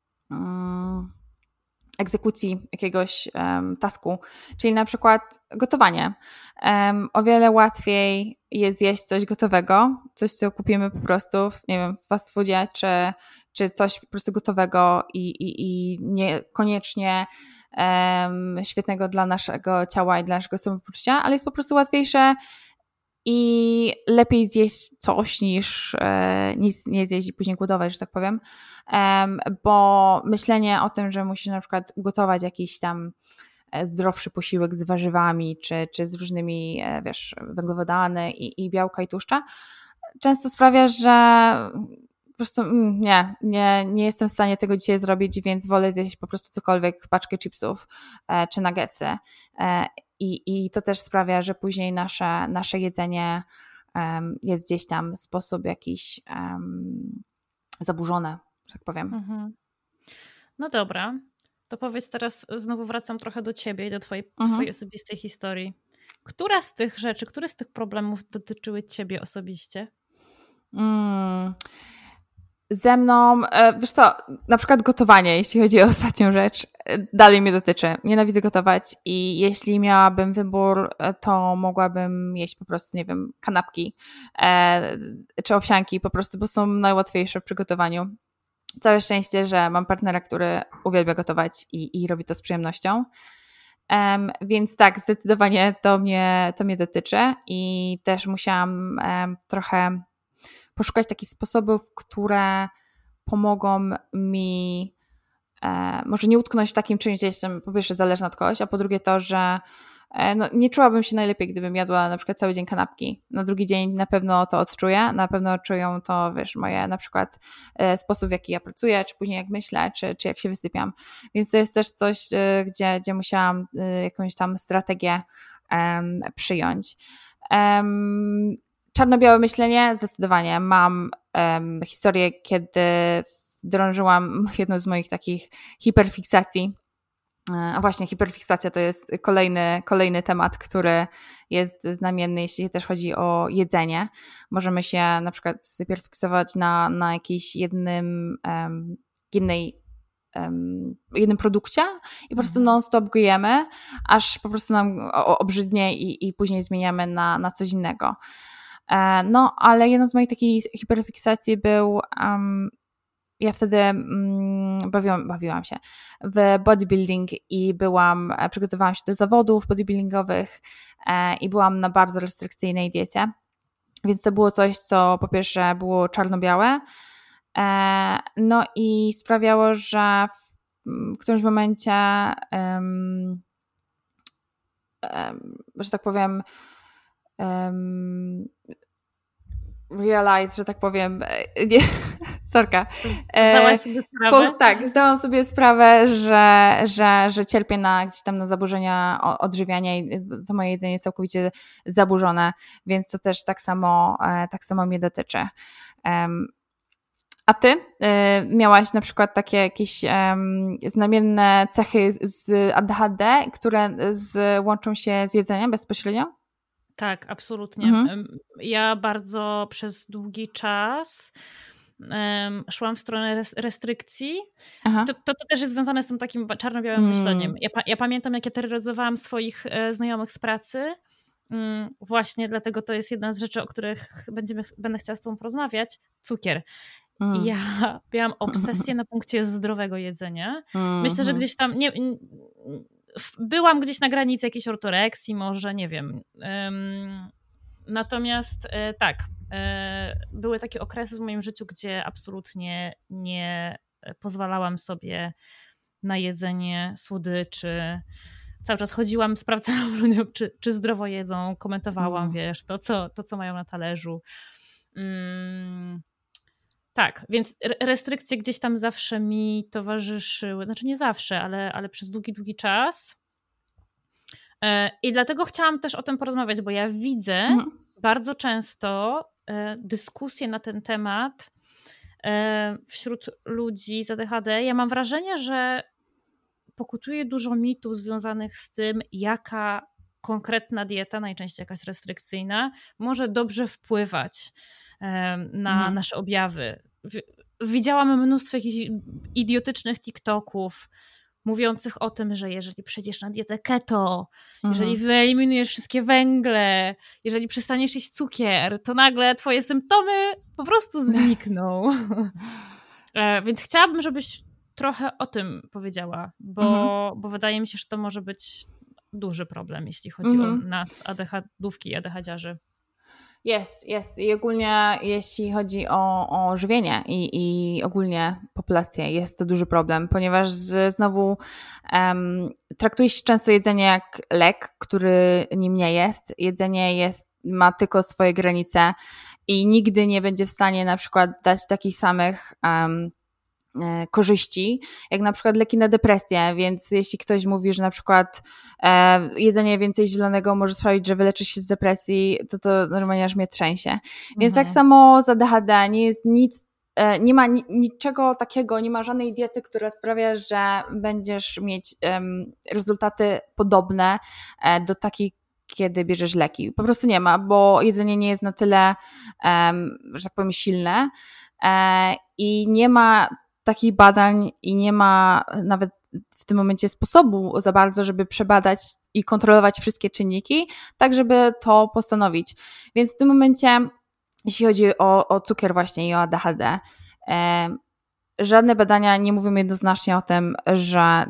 egzekucji jakiegoś tasku, czyli na przykład gotowanie. O wiele łatwiej jest zjeść coś gotowego, coś co kupimy po prostu, nie wiem, w fast foodzie, czy coś po prostu gotowego i niekoniecznie świetnego dla naszego ciała i dla naszego samopoczucia, ale jest po prostu łatwiejsze i lepiej zjeść coś niż nie zjeść i później głodować, że tak powiem, bo myślenie o tym, że musisz na przykład ugotować jakiś tam zdrowszy posiłek z warzywami, czy z różnymi, wiesz, węglowodany i białka i tłuszcza, często sprawia, że po prostu nie jestem w stanie tego dzisiaj zrobić, więc wolę zjeść po prostu cokolwiek, paczkę chipsów czy nuggetsy. I to też sprawia, że później nasze jedzenie jest gdzieś tam w sposób jakiś zaburzone, że tak powiem. Mhm. No dobra, to powiedz teraz, znowu wracam trochę do ciebie i do twojej osobistej historii. Która z tych rzeczy, które z tych problemów dotyczyły ciebie osobiście? Ze mną, wiesz co, na przykład gotowanie, jeśli chodzi o ostatnią rzecz, dalej mnie dotyczy. Nienawidzę gotować i jeśli miałabym wybór, to mogłabym jeść po prostu, nie wiem, kanapki czy owsianki po prostu, bo są najłatwiejsze w przygotowaniu. Całe szczęście, że mam partnera, który uwielbia gotować i robi to z przyjemnością. Więc tak, zdecydowanie to mnie dotyczy i też musiałam trochę poszukać takich sposobów, które pomogą mi może nie utknąć w takim czymś, gdzie jestem po pierwsze zależna od kogoś, a po drugie to, że no, nie czułabym się najlepiej, gdybym jadła na przykład cały dzień kanapki. Na drugi dzień na pewno to odczuję, na pewno czują to, wiesz, moje na przykład sposób, w jaki ja pracuję, czy później jak myślę, czy jak się wysypiam. Więc to jest też coś, gdzie musiałam jakąś tam strategię przyjąć. Czarno-białe myślenie? Zdecydowanie. Mam historię, kiedy wdrążyłam jedną z moich takich hiperfiksacji. A właśnie, hiperfiksacja to jest kolejny temat, który jest znamienny, jeśli też chodzi o jedzenie. Możemy się na przykład hiperfiksować na jakiejś jednym produkcie i po prostu non-stop go jemy, aż po prostu nam obrzydnie i później zmieniamy na coś innego. No, ale jedną z moich takich hiperfiksacji był ja wtedy bawiłam się w bodybuilding i przygotowałam się do zawodów bodybuildingowych i byłam na bardzo restrykcyjnej diecie, więc to było coś, co po pierwsze było czarno-białe, no i sprawiało, że w którymś momencie, że tak powiem, realize, że tak powiem, nie, sorka. Zdałaś sobie sprawę? Tak, zdałam sobie sprawę, że cierpię gdzieś tam na zaburzenia odżywiania i to moje jedzenie jest całkowicie zaburzone, więc to też tak samo mnie dotyczy. A ty miałaś na przykład takie jakieś znamienne cechy z ADHD, które łączą się z jedzeniem bezpośrednio? Tak, absolutnie. Ja bardzo przez długi czas szłam w stronę restrykcji. To też jest związane z tym takim czarno-białym myśleniem. Ja pamiętam, jak ja terroryzowałam swoich znajomych z pracy. Właśnie dlatego to jest jedna z rzeczy, o których będę chciała z tobą porozmawiać. Cukier. Ja miałam obsesję na punkcie zdrowego jedzenia. Myślę, że gdzieś tam byłam gdzieś na granicy jakiejś ortoreksji, może, nie wiem. Natomiast tak, były takie okresy w moim życiu, gdzie absolutnie nie pozwalałam sobie na jedzenie słodyczy. Cały czas chodziłam, sprawdzałam ludziom, czy zdrowo jedzą, komentowałam, wiesz, to, co mają na talerzu. Tak, więc restrykcje gdzieś tam zawsze mi towarzyszyły, znaczy nie zawsze, ale przez długi, długi czas. I dlatego chciałam też o tym porozmawiać, bo ja widzę bardzo często dyskusje na ten temat wśród ludzi z ADHD. Ja mam wrażenie, że pokutuje dużo mitów związanych z tym, jaka konkretna dieta, najczęściej jakaś restrykcyjna, może dobrze wpływać na nasze objawy. Widziałam mnóstwo jakichś idiotycznych TikToków mówiących o tym, że jeżeli przejdziesz na dietę keto, jeżeli wyeliminujesz wszystkie węgle, jeżeli przestaniesz jeść cukier, to nagle twoje symptomy po prostu znikną. Więc chciałabym, żebyś trochę o tym powiedziała, bo wydaje mi się, że to może być duży problem, jeśli chodzi o nas, ADHD-ówki i ADHD-ziarzy. Jest. I ogólnie jeśli chodzi o żywienie i ogólnie populację, jest to duży problem, ponieważ znowu traktuje się często jedzenie jak lek, który nim nie jest. Jedzenie ma tylko swoje granice i nigdy nie będzie w stanie na przykład dać takich samych korzyści, jak na przykład leki na depresję, więc jeśli ktoś mówi, że na przykład jedzenie więcej zielonego może sprawić, że wyleczy się z depresji, to normalnie aż mnie trzęsie. Więc tak samo z ADHD nie jest nic, nie ma niczego takiego, nie ma żadnej diety, która sprawia, że będziesz mieć rezultaty podobne do takich, kiedy bierzesz leki. Po prostu nie ma, bo jedzenie nie jest na tyle, że tak powiem, silne i nie ma takich badań i nie ma nawet w tym momencie sposobu za bardzo, żeby przebadać i kontrolować wszystkie czynniki, tak żeby to postanowić. Więc w tym momencie, jeśli chodzi o cukier właśnie i o ADHD, żadne badania nie mówią jednoznacznie o tym, że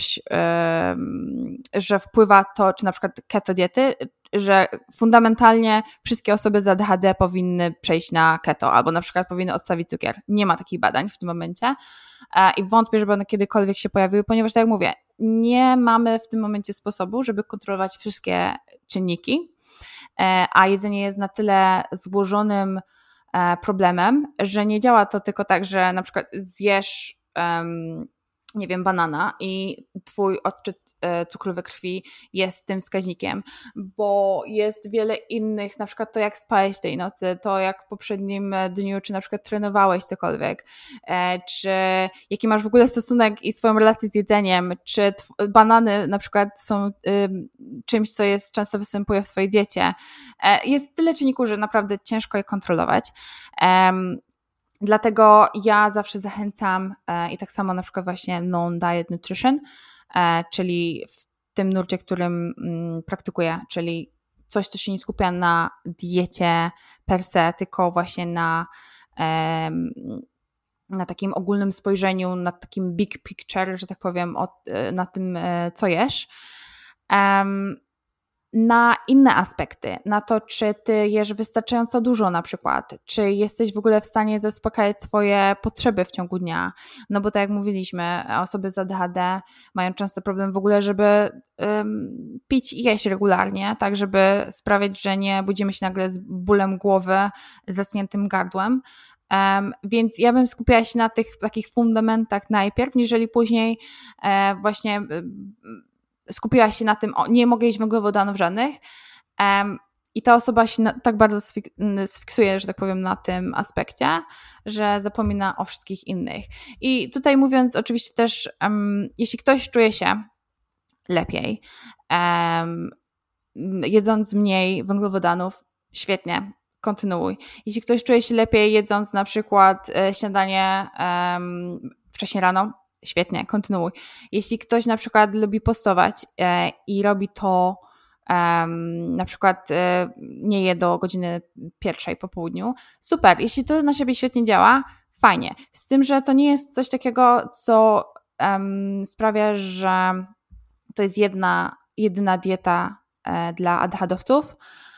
że wpływa to, czy na przykład keto diety, że fundamentalnie wszystkie osoby z ADHD powinny przejść na keto albo na przykład powinny odstawić cukier. Nie ma takich badań w tym momencie i wątpię, żeby one kiedykolwiek się pojawiły, ponieważ tak jak mówię, nie mamy w tym momencie sposobu, żeby kontrolować wszystkie czynniki, a jedzenie jest na tyle złożonym problemem, że nie działa to tylko tak, że na przykład zjesz nie wiem, banana i twój odczyt cukru we krwi jest tym wskaźnikiem, bo jest wiele innych, na przykład to jak spałeś tej nocy, to jak w poprzednim dniu, czy na przykład trenowałeś cokolwiek, czy jaki masz w ogóle stosunek i swoją relację z jedzeniem, czy banany na przykład są czymś, co często występuje w twojej diecie. Jest tyle czynników, że naprawdę ciężko je kontrolować. Dlatego ja zawsze zachęcam i tak samo na przykład właśnie non-diet nutrition, czyli w tym nurcie, którym praktykuję, czyli coś, co się nie skupia na diecie per se, tylko właśnie na takim ogólnym spojrzeniu, na takim big picture, że tak powiem, na tym, co jesz. na inne aspekty, na to, czy ty jesz wystarczająco dużo na przykład, czy jesteś w ogóle w stanie zaspokajać swoje potrzeby w ciągu dnia, no bo tak jak mówiliśmy, osoby z ADHD mają często problem w ogóle, żeby pić i jeść regularnie, tak żeby sprawiać, że nie budzimy się nagle z bólem głowy, z zaschniętym gardłem. Więc ja bym skupiała się na tych takich fundamentach najpierw, niżeli później właśnie skupiła się na tym, nie mogę jeść węglowodanów żadnych, i ta osoba się tak bardzo sfiksuje, że tak powiem, na tym aspekcie, że zapomina o wszystkich innych. I tutaj mówiąc oczywiście też, jeśli ktoś czuje się lepiej, jedząc mniej węglowodanów, świetnie, kontynuuj. Jeśli ktoś czuje się lepiej jedząc na przykład śniadanie wcześniej rano, świetnie, kontynuuj. Jeśli ktoś na przykład lubi postować i robi to na przykład nie je do godziny 1 po południu, super. Jeśli to na siebie świetnie działa, fajnie. Z tym, że to nie jest coś takiego, co sprawia, że to jest jedyna dieta dla ADHD-owców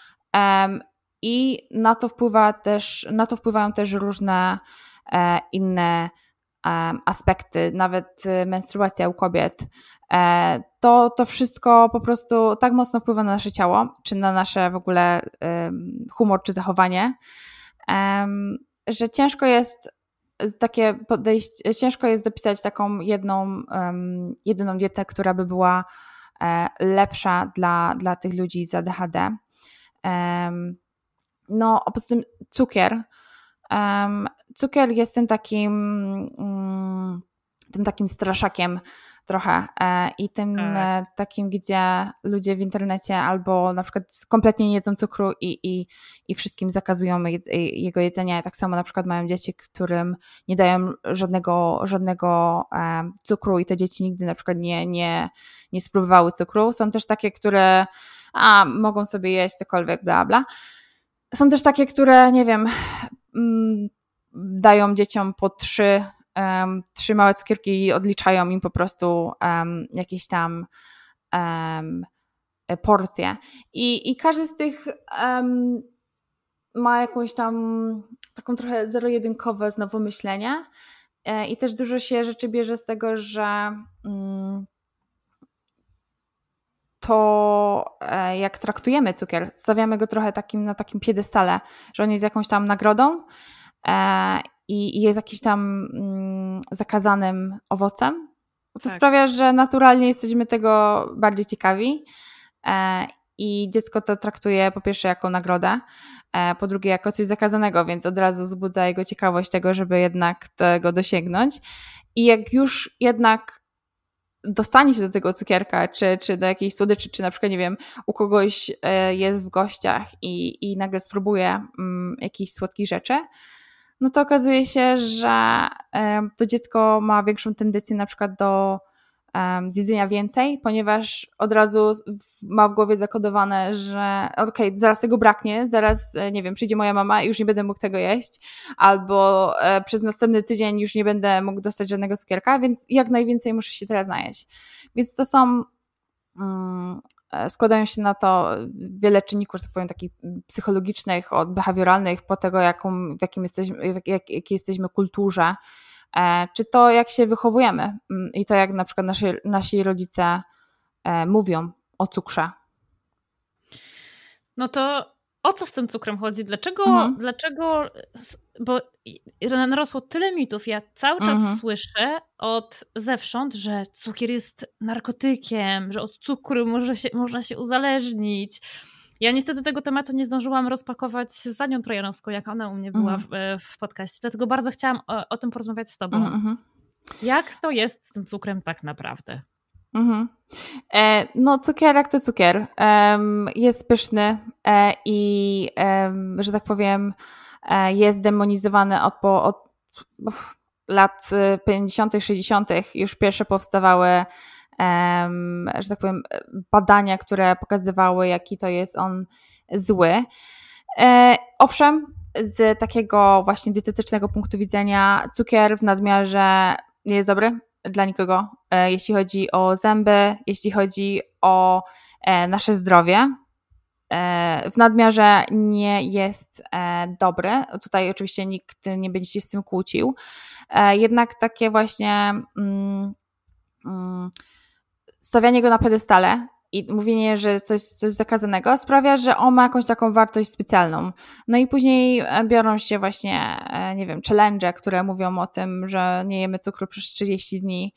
i na to wpływają też różne inne aspekty, nawet menstruacja u kobiet. To wszystko po prostu tak mocno wpływa na nasze ciało, czy na nasze w ogóle humor, czy zachowanie, że ciężko jest takie podejście, ciężko jest dopisać taką jedyną dietę, która by była lepsza dla tych ludzi z ADHD. No, a poza tym cukier. Cukier jest tym takim straszakiem trochę i tym takim, gdzie ludzie w internecie albo na przykład kompletnie nie jedzą cukru i wszystkim zakazują jego jedzenia. Tak samo na przykład mają dzieci, którym nie dają żadnego cukru i te dzieci nigdy na przykład nie spróbowały cukru. Są też takie, które mogą sobie jeść cokolwiek, bla bla. Są też takie, które, nie wiem, dają dzieciom po 3 małe cukierki i odliczają im po prostu jakieś tam porcje. I każdy z tych ma jakąś tam taką trochę zero-jedynkowe znowu myślenie i też dużo się rzeczy bierze z tego, że to jak traktujemy cukier, stawiamy go trochę na takim piedestale, że on jest jakąś tam nagrodą i jest jakimś tam zakazanym owocem. To sprawia, że naturalnie jesteśmy tego bardziej ciekawi i dziecko to traktuje po pierwsze jako nagrodę, po drugie jako coś zakazanego, więc od razu wzbudza jego ciekawość tego, żeby jednak tego dosięgnąć. I jak już jednak dostanie się do tego cukierka, czy do jakiejś słodyczy, czy na przykład, nie wiem, u kogoś jest w gościach i nagle spróbuje jakichś słodkich rzeczy, no to okazuje się, że to dziecko ma większą tendencję na przykład do zjedzenia więcej, ponieważ od razu ma w głowie zakodowane, że okej, zaraz tego braknie, zaraz, nie wiem, przyjdzie moja mama i już nie będę mógł tego jeść, albo przez następny tydzień już nie będę mógł dostać żadnego cukierka, więc jak najwięcej muszę się teraz najeść. Więc to są składają się na to wiele czynników, że tak powiem, takich psychologicznych, od behawioralnych, po tego, w jakiej jesteśmy kulturze, czy to, jak się wychowujemy i to, jak na przykład nasi rodzice mówią o cukrze. No to o co z tym cukrem chodzi? Dlaczego? Bo narosło tyle mitów. Ja cały czas słyszę od zewsząd, że cukier jest narkotykiem, że od cukru można się uzależnić. Ja niestety tego tematu nie zdążyłam rozpakować z Anią Trojanowską, jak ona u mnie była w podcaście. Dlatego bardzo chciałam o tym porozmawiać z tobą. Jak to jest z tym cukrem tak naprawdę? No cukierek to cukier. Jest pyszny i że tak powiem jest demonizowany od lat 50., 60. Już pierwsze powstawały, że tak powiem, badania, które pokazywały, jaki to jest on zły. Owszem, z takiego właśnie dietetycznego punktu widzenia cukier w nadmiarze nie jest dobry dla nikogo, jeśli chodzi o zęby, jeśli chodzi o nasze zdrowie. w nadmiarze nie jest dobry. Tutaj oczywiście nikt nie będzie się z tym kłócił. Jednak takie właśnie stawianie go na pedestale i mówienie, że coś zakazanego sprawia, że on ma jakąś taką wartość specjalną. No i później biorą się właśnie, nie wiem, challenge, które mówią o tym, że nie jemy cukru przez 30 dni,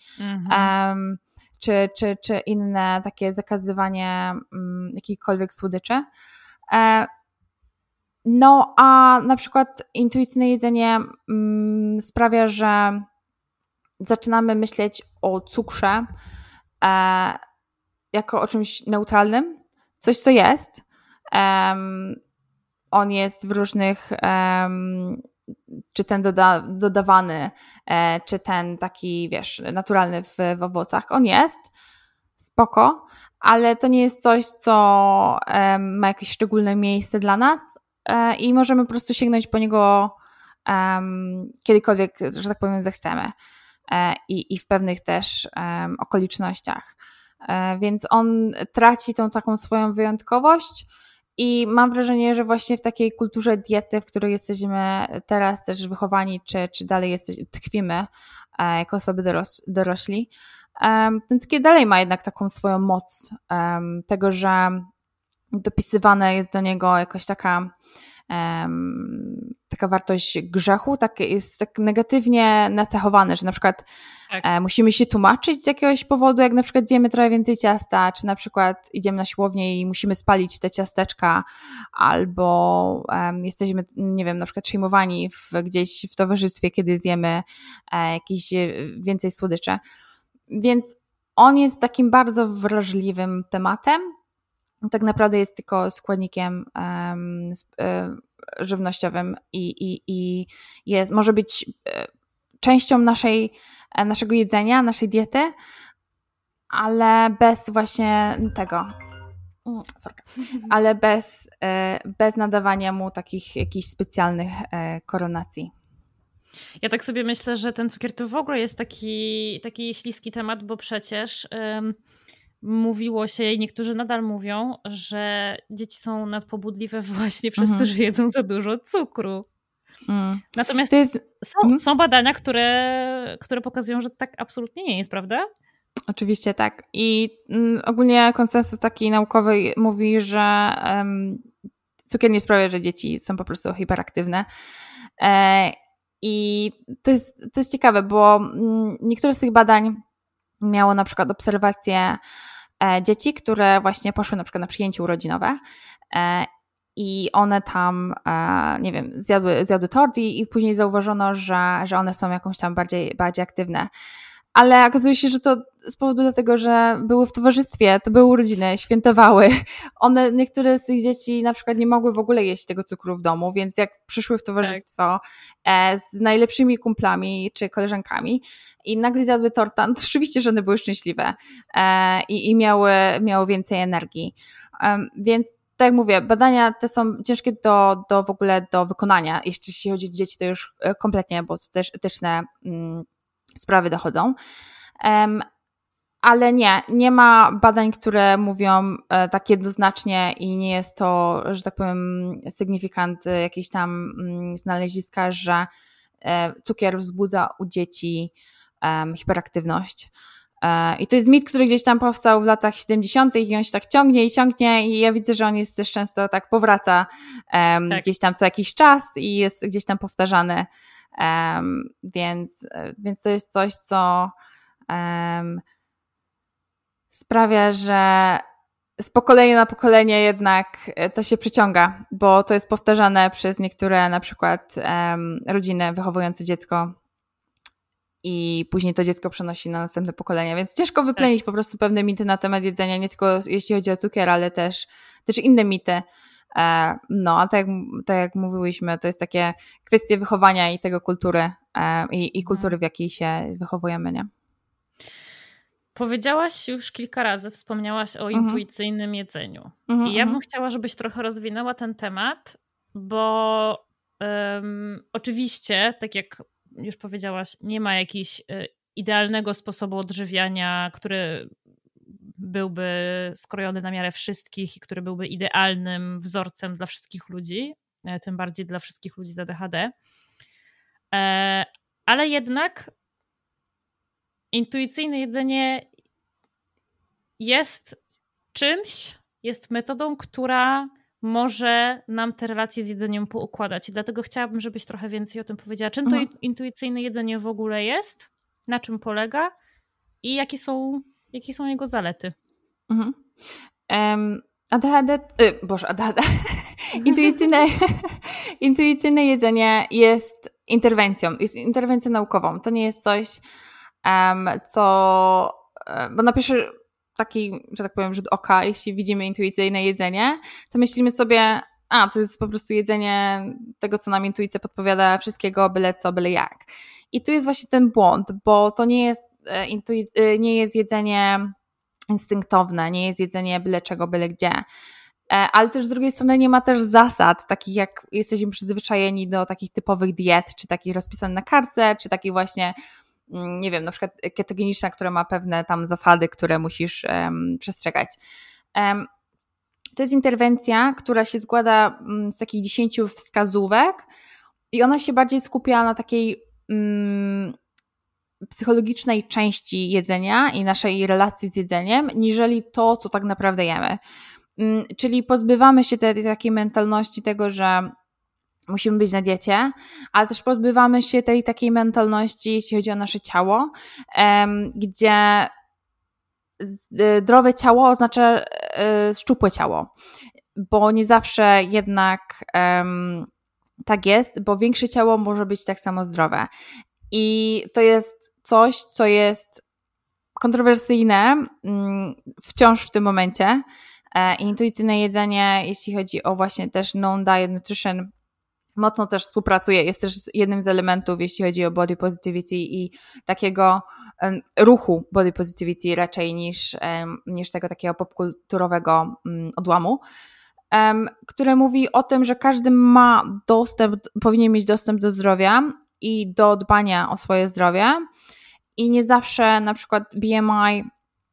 czy inne takie zakazywanie jakichkolwiek słodyczy. No a na przykład intuicyjne jedzenie sprawia, że zaczynamy myśleć o cukrze jako o czymś neutralnym, coś co jest. On jest w różnych, czy ten dodawany, czy ten taki, wiesz, naturalny w owocach. On jest, spoko, ale to nie jest coś, co ma jakieś szczególne miejsce dla nas i możemy po prostu sięgnąć po niego kiedykolwiek, że tak powiem, zechcemy i w pewnych też okolicznościach. Więc on traci tą taką swoją wyjątkowość i mam wrażenie, że właśnie w takiej kulturze diety, w której jesteśmy teraz też wychowani, czy dalej tkwimy jako osoby dorośli, ten cukier dalej ma jednak taką swoją moc tego, że dopisywane jest do niego jakoś taka wartość grzechu, jest tak negatywnie nacechowane, że na przykład musimy się tłumaczyć z jakiegoś powodu, jak na przykład zjemy trochę więcej ciasta, czy na przykład idziemy na siłownię i musimy spalić te ciasteczka, albo jesteśmy, nie wiem, na przykład przyjmowani gdzieś w towarzystwie, kiedy zjemy jakieś więcej słodyczy. Więc on jest takim bardzo wrażliwym tematem. Tak naprawdę jest tylko składnikiem żywnościowym i może być częścią naszego jedzenia, naszej diety, ale bez właśnie tego, ale bez nadawania mu takich jakichś specjalnych koronacji. Ja tak sobie myślę, że ten cukier to w ogóle jest taki śliski temat, bo przecież mówiło się i niektórzy nadal mówią, że dzieci są nadpobudliwe właśnie przez to, że jedzą za dużo cukru. Natomiast są badania, które pokazują, że tak absolutnie nie jest, prawda? Oczywiście tak. I ogólnie konsensus taki naukowy mówi, że cukier nie sprawia, że dzieci są po prostu hiperaktywne. I to jest ciekawe, bo niektóre z tych badań miało na przykład obserwacje dzieci, które właśnie poszły na przykład na przyjęcie urodzinowe i one tam, nie wiem, zjadły tort i później zauważono, że one są jakąś tam bardziej aktywne. Ale okazuje się, że to z powodu tego, że były w towarzystwie, to były urodziny, świętowały. Niektóre z tych dzieci na przykład nie mogły w ogóle jeść tego cukru w domu, więc jak przyszły w towarzystwo z najlepszymi kumplami czy koleżankami i nagle zjadły torta, no to rzeczywiście, że one były szczęśliwe i miały więcej energii. Więc tak jak mówię, badania te są ciężkie w ogóle do wykonania. Jeśli chodzi o dzieci, to już kompletnie, bo to też etyczne sprawy dochodzą. Ale nie ma badań, które mówią tak jednoznacznie i nie jest to, że tak powiem, sygnifikant jakiejś tam znaleziska, że cukier wzbudza u dzieci hiperaktywność. I to jest mit, który gdzieś tam powstał w latach 70. i on się tak ciągnie i ja widzę, że on jest też często tak powraca gdzieś tam co jakiś czas i jest gdzieś tam powtarzany. Więc to jest coś, co sprawia, że z pokolenia na pokolenie jednak to się przyciąga, bo to jest powtarzane przez niektóre na przykład rodziny wychowujące dziecko i później to dziecko przenosi na następne pokolenia, więc ciężko wyplenić po prostu pewne mity na temat jedzenia, nie tylko jeśli chodzi o cukier, ale też inne mity. No, a tak jak mówiłyśmy, to jest takie kwestie wychowania i tego kultury i kultury, w jakiej się wychowujemy, nie? Powiedziałaś już kilka razy, wspomniałaś o intuicyjnym jedzeniu. I ja bym chciała, żebyś trochę rozwinęła ten temat, bo oczywiście, tak jak już powiedziałaś, nie ma jakiegoś idealnego sposobu odżywiania, który byłby skrojony na miarę wszystkich i który byłby idealnym wzorcem dla wszystkich ludzi, tym bardziej dla wszystkich ludzi z ADHD. Ale jednak intuicyjne jedzenie jest czymś, jest metodą, która może nam te relacje z jedzeniem poukładać. I dlatego chciałabym, żebyś trochę więcej o tym powiedziała. Czym to intuicyjne jedzenie w ogóle jest? Na czym polega? I jakie są jego zalety? ADHD. Intuicyjne jedzenie jest interwencją naukową. To nie jest coś, co... Bo na pierwszy taki, że tak powiem, rzut oka, jeśli widzimy intuicyjne jedzenie, to myślimy sobie, to jest po prostu jedzenie tego, co nam intuicja podpowiada, wszystkiego, byle co, byle jak. I tu jest właśnie ten błąd, bo to nie jest jedzenie instynktowne, nie jest jedzenie byle czego, byle gdzie. Ale też z drugiej strony nie ma też zasad, takich jak jesteśmy przyzwyczajeni do takich typowych diet, czy takich rozpisanych na kartce, czy takich właśnie, nie wiem, na przykład ketogeniczna, która ma pewne tam zasady, które musisz przestrzegać. To jest interwencja, która się składa z takich 10 wskazówek i ona się bardziej skupia na takiej psychologicznej części jedzenia i naszej relacji z jedzeniem, niżeli to, co tak naprawdę jemy. Czyli pozbywamy się tej takiej mentalności tego, że musimy być na diecie, ale też pozbywamy się tej takiej mentalności, jeśli chodzi o nasze ciało, gdzie zdrowe ciało oznacza szczupłe ciało, bo nie zawsze jednak tak jest, bo większe ciało może być tak samo zdrowe. I to jest coś, co jest kontrowersyjne wciąż w tym momencie. Intuicyjne jedzenie, jeśli chodzi o właśnie też non-diet nutrition, mocno też współpracuje, jest też jednym z elementów, jeśli chodzi o body positivity i takiego ruchu body positivity raczej niż tego takiego popkulturowego odłamu, które mówi o tym, że każdy ma powinien mieć dostęp do zdrowia i do dbania o swoje zdrowie i nie zawsze na przykład BMI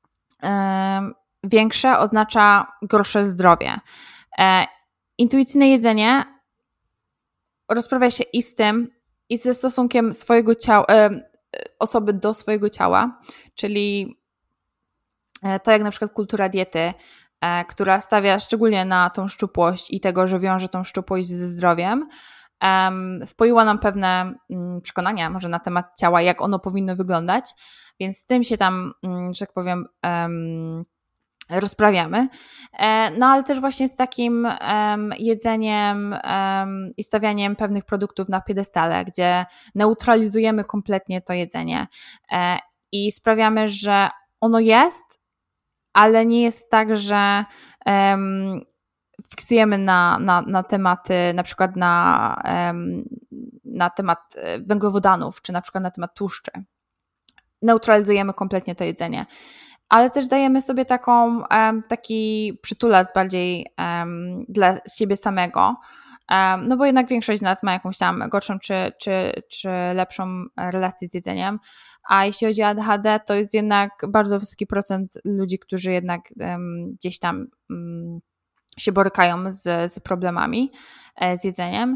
większe oznacza gorsze zdrowie. Intuicyjne jedzenie rozprawia się i z tym, i ze stosunkiem swojego ciała, osoby do swojego ciała, czyli to jak na przykład kultura diety, która stawia szczególnie na tą szczupłość i tego, że wiąże tą szczupłość ze zdrowiem, wpoiła nam pewne przekonania może na temat ciała, jak ono powinno wyglądać, więc z tym się tam, że tak powiem, rozprawiamy. No ale też właśnie z takim jedzeniem i stawianiem pewnych produktów na piedestale, gdzie neutralizujemy kompletnie to jedzenie i sprawiamy, że ono jest, ale nie jest tak, że fiksujemy na tematy, na przykład na temat węglowodanów, czy na przykład na temat tłuszczy. Neutralizujemy kompletnie to jedzenie. Ale też dajemy sobie taki przytulas bardziej dla siebie samego, no bo jednak większość z nas ma jakąś tam gorszą czy lepszą relację z jedzeniem, a jeśli chodzi o ADHD, to jest jednak bardzo wysoki procent ludzi, którzy jednak gdzieś tam się borykają z problemami z jedzeniem.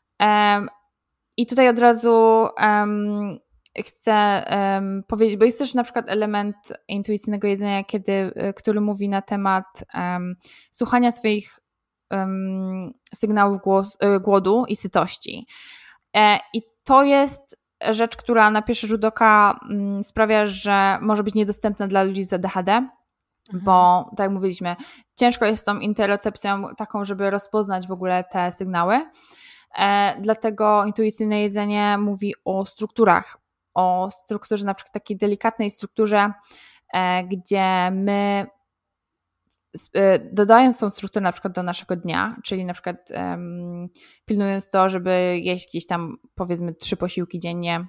I tutaj od razu chcę powiedzieć, bo jest też na przykład element intuicyjnego jedzenia, który mówi na temat słuchania swoich sygnałów głodu i sytości. I to jest rzecz, która na pierwszy rzut oka sprawia, że może być niedostępna dla ludzi z ADHD, bo tak jak mówiliśmy, ciężko jest z tą interocepcją taką, żeby rozpoznać w ogóle te sygnały. Dlatego intuicyjne jedzenie mówi o strukturach, o strukturze, na przykład takiej delikatnej strukturze, gdzie my dodając tą strukturę na przykład do naszego dnia, czyli na przykład pilnując to, żeby jeść gdzieś tam powiedzmy 3 posiłki dziennie,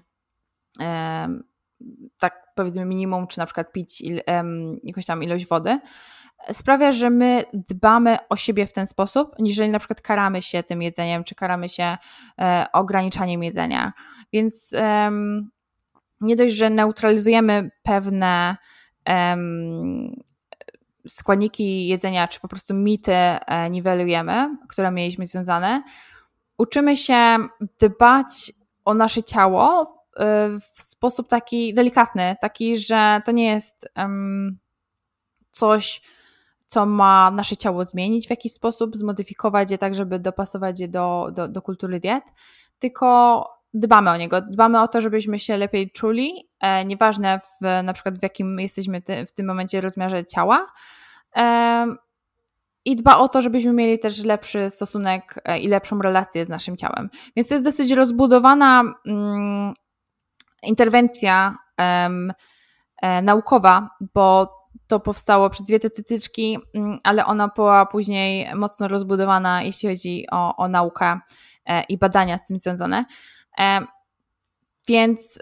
tak powiedzmy minimum, czy na przykład pić jakąś tam ilość wody, sprawia, że my dbamy o siebie w ten sposób, niżeli na przykład karamy się tym jedzeniem, czy karamy się ograniczaniem jedzenia. Więc nie dość, że neutralizujemy pewne składniki jedzenia, czy po prostu mity niwelujemy, które mieliśmy związane. Uczymy się dbać o nasze ciało w sposób taki delikatny, taki, że to nie jest coś, co ma nasze ciało zmienić w jakiś sposób, zmodyfikować je tak, żeby dopasować je do kultury diet, tylko dbamy o niego. Dbamy o to, żebyśmy się lepiej czuli, nieważne na przykład w jakim jesteśmy w tym momencie rozmiarze ciała. I dba o to, żebyśmy mieli też lepszy stosunek i lepszą relację z naszym ciałem. Więc to jest dosyć rozbudowana interwencja naukowa, bo to powstało przez dwie dietetyczki, ale ona była później mocno rozbudowana, jeśli chodzi o naukę i badania z tym związane. Więc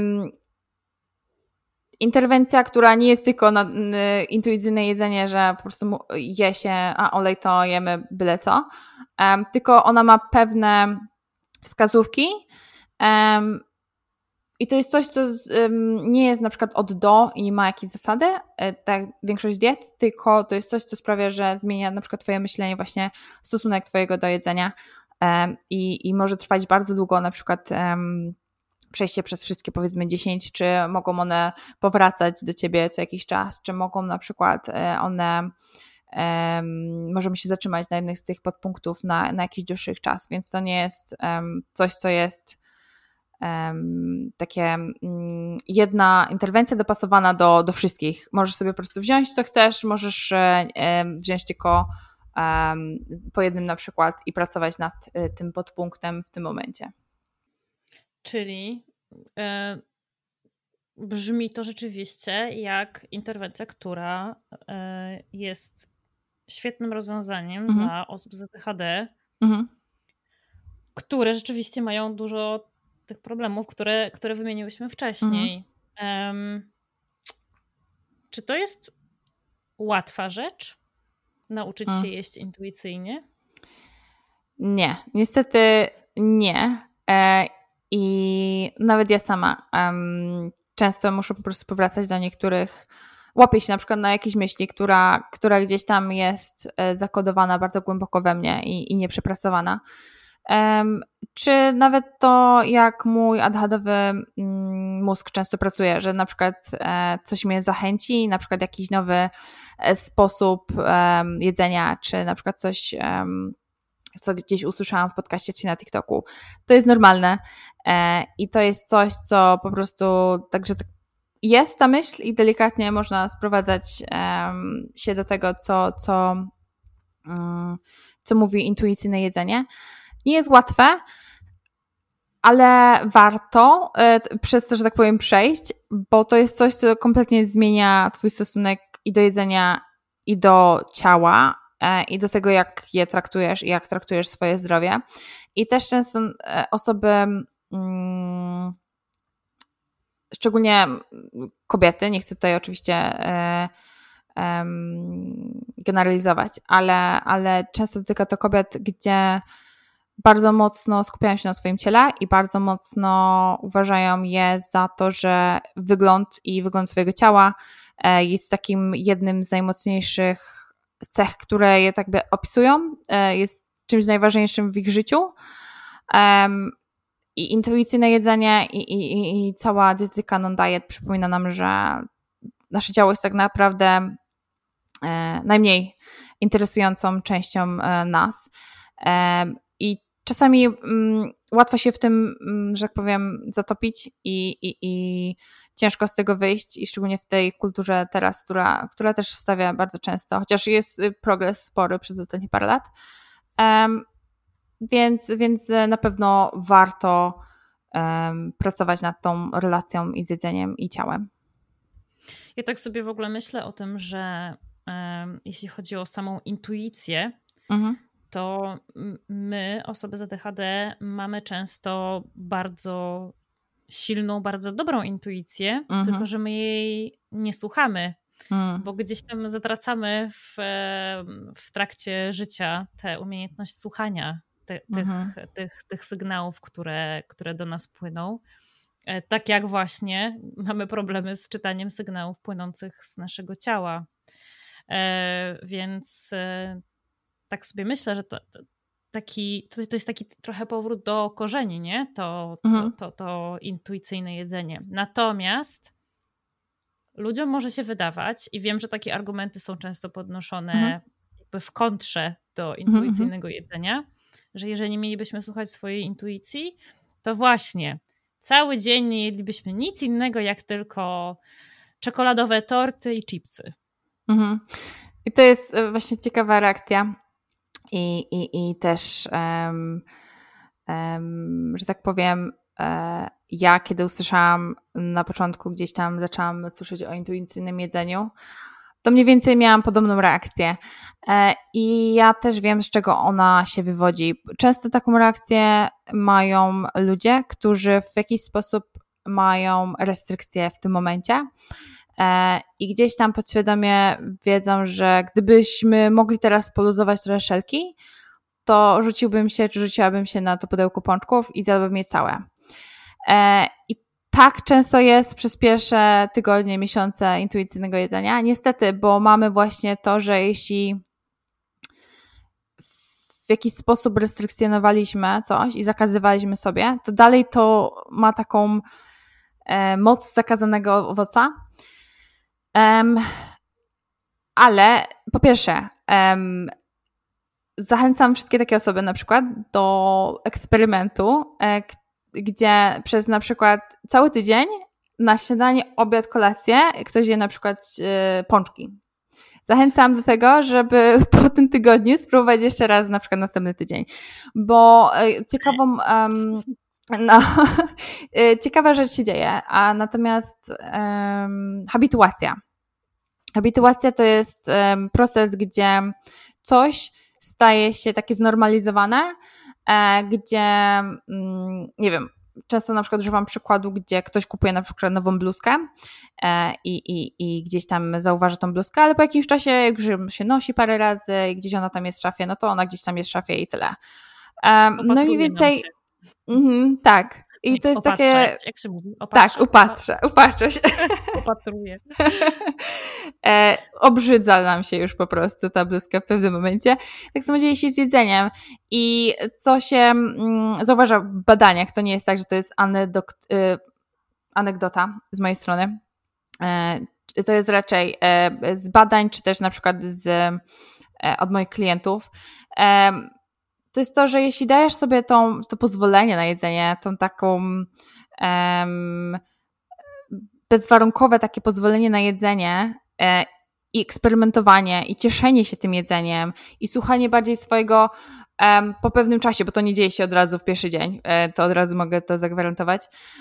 interwencja, która nie jest tylko na intuicyjne jedzenie, że po prostu je się, a olej to jemy byle co, tylko ona ma pewne wskazówki i to jest coś, co nie jest na przykład od do i nie ma jakiejś zasady, tak większość diet, tylko to jest coś, co sprawia, że zmienia na przykład twoje myślenie, właśnie stosunek twojego do jedzenia i może trwać bardzo długo, na przykład przejście przez wszystkie powiedzmy 10, czy mogą one powracać do ciebie co jakiś czas, czy mogą na przykład one możemy się zatrzymać na jednych z tych podpunktów na jakiś dłuższy czas, więc to nie jest coś, co jest takie jedna interwencja dopasowana do wszystkich. Możesz sobie po prostu wziąć co chcesz, możesz wziąć tylko po jednym na przykład i pracować nad tym podpunktem w tym momencie. Czyli brzmi to rzeczywiście jak interwencja, która jest świetnym rozwiązaniem dla osób z ADHD, które rzeczywiście mają dużo tych problemów, które wymieniłyśmy wcześniej. Czy to jest łatwa rzecz? Nauczyć się jeść intuicyjnie? Nie, niestety nie. I nawet ja sama często muszę po prostu powracać do niektórych, łapię się na przykład na jakiejś myśli, która gdzieś tam jest zakodowana bardzo głęboko we mnie i nieprzepracowana. Czy nawet to, jak mój ADHD-owy mózg często pracuje, że na przykład coś mnie zachęci, na przykład jakiś nowy sposób jedzenia, czy na przykład coś, co gdzieś usłyszałam w podcaście czy na TikToku. To jest normalne i to jest coś, co po prostu także jest ta myśl i delikatnie można sprowadzać się do tego, co mówi intuicyjne jedzenie. Nie jest łatwe, ale warto przez to, że tak powiem, przejść, bo to jest coś, co kompletnie zmienia twój stosunek i do jedzenia, i do ciała, i do tego, jak je traktujesz i jak traktujesz swoje zdrowie. I też często osoby, szczególnie kobiety, nie chcę tutaj oczywiście generalizować, ale często dotyka to kobiet, gdzie bardzo mocno skupiają się na swoim ciele i bardzo mocno uważają je za to, że wygląd swojego ciała jest takim jednym z najmocniejszych cech, które je tak by opisują, jest czymś najważniejszym w ich życiu. I intuicyjne jedzenie i cała dietetyka non-diet przypomina nam, że nasze ciało jest tak naprawdę najmniej interesującą częścią nas. I czasami łatwo się w tym, że tak powiem, zatopić i ciężko z tego wyjść, i szczególnie w tej kulturze teraz, która też stawia bardzo często, chociaż jest progres spory przez ostatnie parę lat. Więc na pewno warto pracować nad tą relacją i z jedzeniem i ciałem. Ja tak sobie w ogóle myślę o tym, że jeśli chodzi o samą intuicję, to my, osoby z ADHD, mamy często bardzo silną, bardzo dobrą intuicję, tylko że my jej nie słuchamy, bo gdzieś tam zatracamy w trakcie życia tę umiejętność słuchania tych sygnałów, które do nas płyną. Tak jak właśnie mamy problemy z czytaniem sygnałów płynących z naszego ciała. Więc tak sobie myślę, że to jest taki trochę powrót do korzeni, nie? To intuicyjne jedzenie. Natomiast ludziom może się wydawać, i wiem, że takie argumenty są często podnoszone jakby w kontrze do intuicyjnego jedzenia, że jeżeli mielibyśmy słuchać swojej intuicji, to właśnie cały dzień nie jedlibyśmy nic innego jak tylko czekoladowe torty i chipsy. I to jest właśnie ciekawa reakcja i też że tak powiem, ja kiedy usłyszałam na początku, gdzieś tam zaczęłam słyszeć o intuicyjnym jedzeniu, to mniej więcej miałam podobną reakcję. I ja też wiem, z czego ona się wywodzi. Często taką reakcję mają ludzie, którzy w jakiś sposób mają restrykcje w tym momencie. I gdzieś tam podświadomie wiedzą, że gdybyśmy mogli teraz poluzować trochę szelki, to rzuciłabym się na to pudełko pączków i zjadłabym je całe. I tak często jest przez pierwsze tygodnie, miesiące intuicyjnego jedzenia. Niestety, bo mamy właśnie to, że jeśli w jakiś sposób restrykcjonowaliśmy coś i zakazywaliśmy sobie, to dalej to ma taką moc zakazanego owoca. Ale po pierwsze, zachęcam wszystkie takie osoby na przykład do eksperymentu, gdzie przez na przykład cały tydzień na śniadanie, obiad, kolację ktoś je na przykład pączki. Zachęcam do tego, żeby po tym tygodniu spróbować jeszcze raz na przykład następny tydzień, bo ciekawa rzecz się dzieje, a natomiast habituacja to jest proces, gdzie coś staje się takie znormalizowane, gdzie, nie wiem, często na przykład używam przykładu, gdzie ktoś kupuje na przykład nową bluzkę i gdzieś tam zauważa tą bluzkę, ale po jakimś czasie, jak już się nosi parę razy i gdzieś ona tam jest w szafie, no to ona gdzieś tam jest w szafie i tyle. No i mniej więcej... tak. I to jest takie... Jak się mówi? Upatrzę się. Opatruję. Obrzydza nam się już po prostu ta bluzka w pewnym momencie. Tak samo dzieje się z jedzeniem. I co się zauważa w badaniach, to nie jest tak, że to jest anegdota z mojej strony. To jest raczej z badań, czy też na przykład od moich klientów. To jest to, że jeśli dajesz sobie to pozwolenie na jedzenie, tą taką bezwarunkowe takie pozwolenie na jedzenie i eksperymentowanie i cieszenie się tym jedzeniem i słuchanie bardziej swojego po pewnym czasie, bo to nie dzieje się od razu w pierwszy dzień, to od razu mogę to zagwarantować,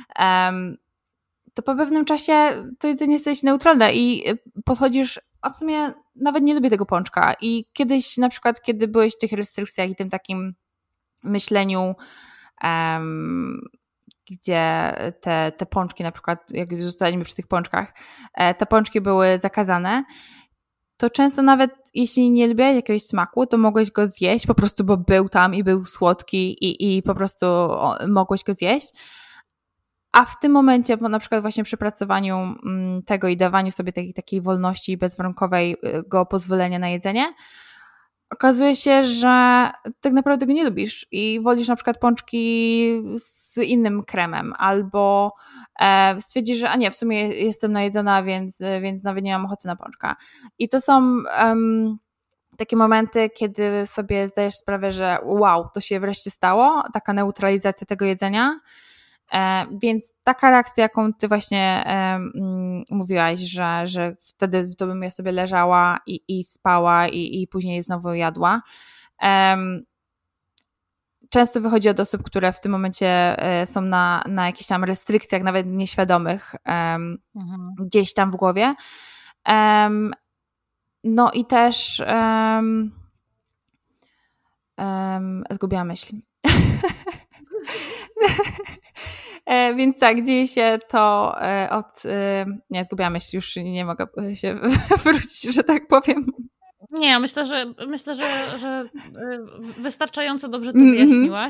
to po pewnym czasie to jedzenie staje się neutralne i podchodzisz, a w sumie nawet nie lubię tego pączka i kiedyś na przykład, kiedy byłeś w tych restrykcjach i tym takim myśleniu, gdzie te pączki na przykład, jak już zostaliśmy przy tych pączkach, te pączki były zakazane, to często nawet jeśli nie lubiłeś jakiegoś smaku, to mogłeś go zjeść po prostu, bo był tam i był słodki i po prostu mogłeś go zjeść. A w tym momencie, na przykład właśnie przy pracowaniu tego i dawaniu sobie takiej wolności i bezwarunkowego pozwolenia na jedzenie, okazuje się, że tak naprawdę go nie lubisz i wolisz na przykład pączki z innym kremem albo stwierdzisz, że a nie, w sumie jestem najedzona, więc nawet nie mam ochoty na pączka. I to są takie momenty, kiedy sobie zdajesz sprawę, że wow, to się wreszcie stało, taka neutralizacja tego jedzenia. Więc taka reakcja, jaką ty właśnie mówiłaś, że wtedy to bym ja sobie leżała i spała i później znowu jadła. Często wychodzi od osób, które w tym momencie są na jakichś tam restrykcjach, nawet nieświadomych, gdzieś tam w głowie. No i też zgubiłam myśl. Więc tak, dzieje się to nie, zgubiłam myśl, już nie mogę się wrócić, że tak powiem. Nie, myślę, że wystarczająco dobrze to wyjaśniłaś.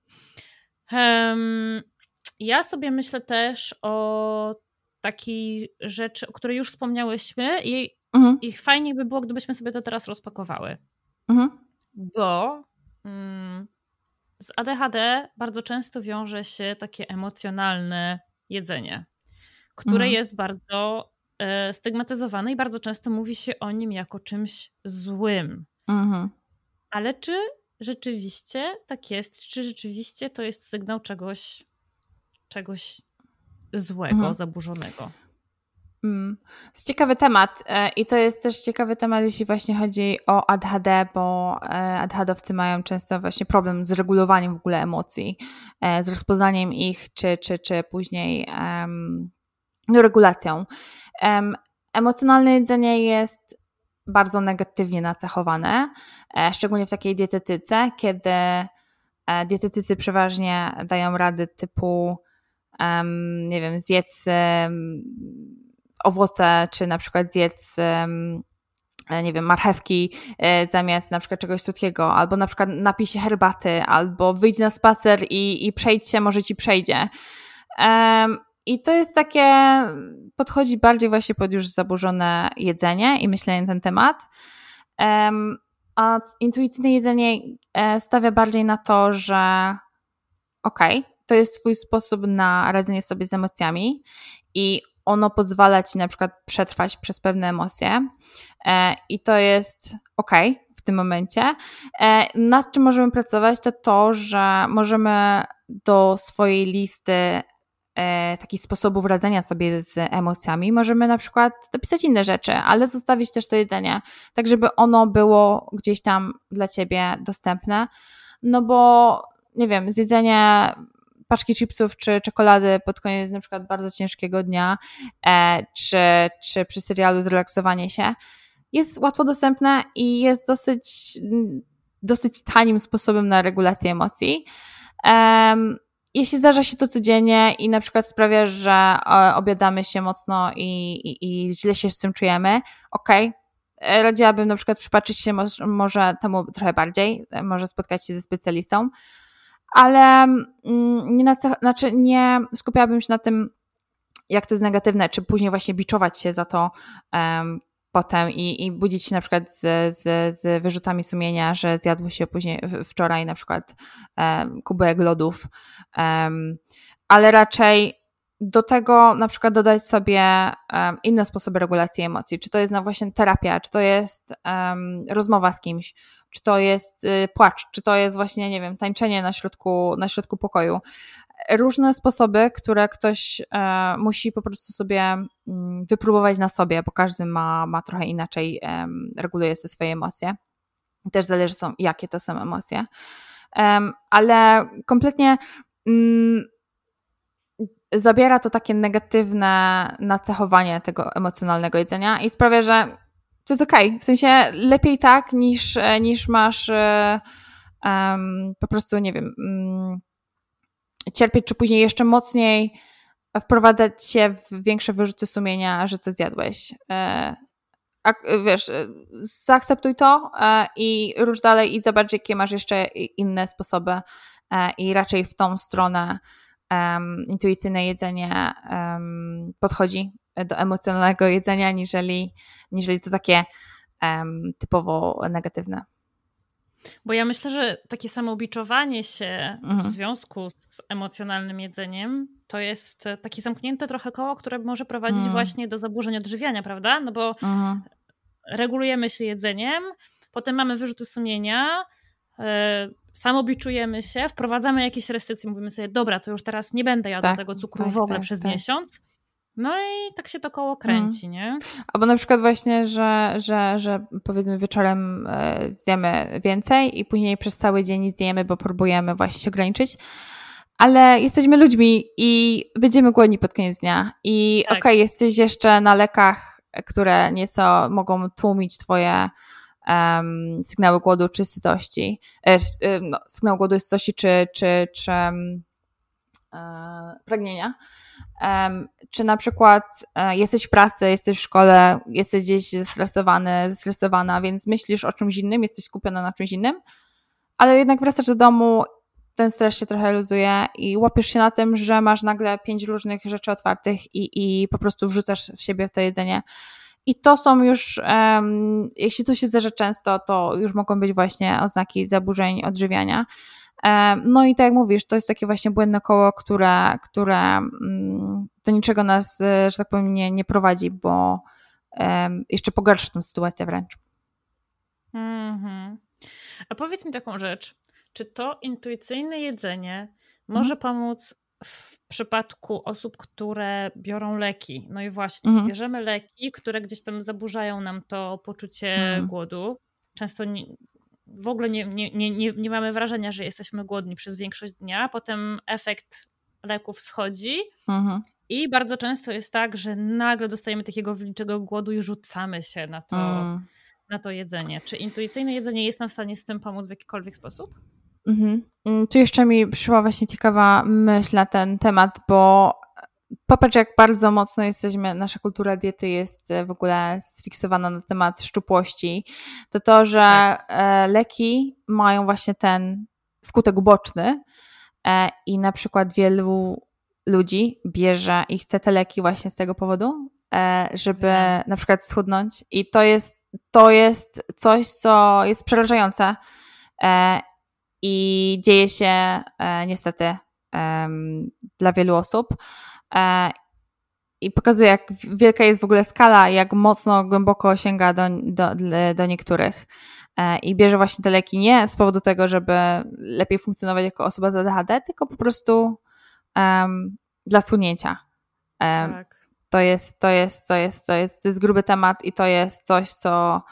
Ja sobie myślę też o takiej rzeczy, o której już wspomniałyśmy i I fajnie by było, gdybyśmy sobie to teraz rozpakowały. Bo z ADHD bardzo często wiąże się takie emocjonalne jedzenie, które jest bardzo stygmatyzowane i bardzo często mówi się o nim jako czymś złym. Ale czy rzeczywiście tak jest? Czy rzeczywiście to jest sygnał czegoś złego, zaburzonego? To jest ciekawy temat i to jest też ciekawy temat, jeśli właśnie chodzi o ADHD, bo ADHD-owcy mają często właśnie problem z regulowaniem w ogóle emocji, z rozpoznaniem ich, czy później regulacją. Emocjonalne jedzenie jest bardzo negatywnie nacechowane, szczególnie w takiej dietetyce, kiedy dietetycy przeważnie dają rady typu nie wiem, zjedz owoce, czy na przykład zjedz nie wiem, marchewki zamiast na przykład czegoś słodkiego, albo na przykład napij się herbaty, albo wyjdź na spacer i przejdź się, może ci przejdzie. I to jest takie, podchodzi bardziej właśnie pod już zaburzone jedzenie i myślenie na ten temat. A intuicyjne jedzenie stawia bardziej na to, że to jest twój sposób na radzenie sobie z emocjami i ono pozwala ci na przykład przetrwać przez pewne emocje i to jest w tym momencie. Nad czym możemy pracować, to, że możemy do swojej listy takich sposobów radzenia sobie z emocjami możemy na przykład dopisać inne rzeczy, ale zostawić też to jedzenie, tak żeby ono było gdzieś tam dla ciebie dostępne, no bo nie wiem, zjedzenie paczki chipsów czy czekolady pod koniec na przykład bardzo ciężkiego dnia, czy przy serialu zrelaksowanie się jest łatwo dostępne i jest dosyć tanim sposobem na regulację emocji. Jeśli zdarza się to codziennie i na przykład sprawia, że obiadamy się mocno i źle się z tym czujemy, radziłabym na przykład przypatrzyć się może temu trochę bardziej, może spotkać się ze specjalistą, ale nie skupiałabym się na tym, jak to jest negatywne, czy później właśnie biczować się za to potem i budzić się na przykład z wyrzutami sumienia, że zjadło się później wczoraj na przykład kubełek lodów, ale raczej do tego na przykład dodać sobie inne sposoby regulacji emocji, czy to jest właśnie terapia, czy to jest rozmowa z kimś, czy to jest płacz, czy to jest właśnie, nie wiem, tańczenie na środku pokoju. Różne sposoby, które ktoś musi po prostu sobie wypróbować na sobie, bo każdy ma trochę inaczej, reguluje te swoje emocje. Też zależy, jakie to są emocje. Ale kompletnie zabiera to takie negatywne nacechowanie tego emocjonalnego jedzenia i sprawia, że to jest w sensie lepiej tak, niż masz po prostu, nie wiem, cierpieć, czy później jeszcze mocniej wprowadzać się w większe wyrzuty sumienia, że co zjadłeś. Wiesz, zaakceptuj to i rusz dalej i zobacz, jakie masz jeszcze inne sposoby i raczej w tą stronę intuicyjne jedzenie podchodzi do emocjonalnego jedzenia, niżeli to takie typowo negatywne. Bo ja myślę, że takie samobiczowanie się w związku z emocjonalnym jedzeniem to jest takie zamknięte trochę koło, które może prowadzić właśnie do zaburzeń odżywiania, prawda? No bo regulujemy się jedzeniem, potem mamy wyrzuty sumienia, samobiczujemy się, wprowadzamy jakieś restrykcje, mówimy sobie, dobra, to już teraz nie będę jadła tego cukru w ogóle przez miesiąc. No i tak się to koło kręci, nie? Albo na przykład właśnie, że powiedzmy wieczorem zjemy więcej i później przez cały dzień nic nie jemy, bo próbujemy właśnie się ograniczyć, ale jesteśmy ludźmi i będziemy głodni pod koniec dnia i jesteś jeszcze na lekach, które nieco mogą tłumić twoje sygnały głodu czy sytości, sygnał głodu, sytości czy pragnienia. Czy na przykład jesteś w pracy, jesteś w szkole, jesteś gdzieś zestresowana, więc myślisz o czymś innym, jesteś skupiona na czymś innym, ale jednak wracasz do domu, ten stres się trochę luzuje i łapiesz się na tym, że masz nagle 5 różnych rzeczy otwartych i po prostu wrzucasz w siebie w to jedzenie I to są już, jeśli to się zdarza często, to już mogą być właśnie oznaki zaburzeń odżywiania. No i tak jak mówisz, to jest takie właśnie błędne koło, które do niczego nas, że tak powiem, nie prowadzi, bo jeszcze pogarsza tę sytuację wręcz. A powiedz mi taką rzecz, czy to intuicyjne jedzenie może pomóc w przypadku osób, które biorą leki? No i właśnie, bierzemy leki, które gdzieś tam zaburzają nam to poczucie głodu. Często w ogóle nie mamy wrażenia, że jesteśmy głodni przez większość dnia, potem efekt leków schodzi i bardzo często jest tak, że nagle dostajemy takiego wilczego głodu i rzucamy się na to jedzenie. Czy intuicyjne jedzenie jest nam w stanie z tym pomóc w jakikolwiek sposób? Tu jeszcze mi przyszła właśnie ciekawa myśl na ten temat, bo popatrz, jak bardzo mocno nasza kultura diety jest w ogóle sfiksowana na temat szczupłości. To, że leki mają właśnie ten skutek uboczny i na przykład wielu ludzi bierze i chce te leki właśnie z tego powodu, żeby na przykład schudnąć. I to jest coś, co jest przerażające i dzieje się niestety dla wielu osób. I pokazuje, jak wielka jest w ogóle skala, jak mocno, głęboko sięga do niektórych. I bierze właśnie te leki nie z powodu tego, żeby lepiej funkcjonować jako osoba z ADHD, tylko po prostu dla schudnięcia. Tak. To jest gruby temat i to jest coś, co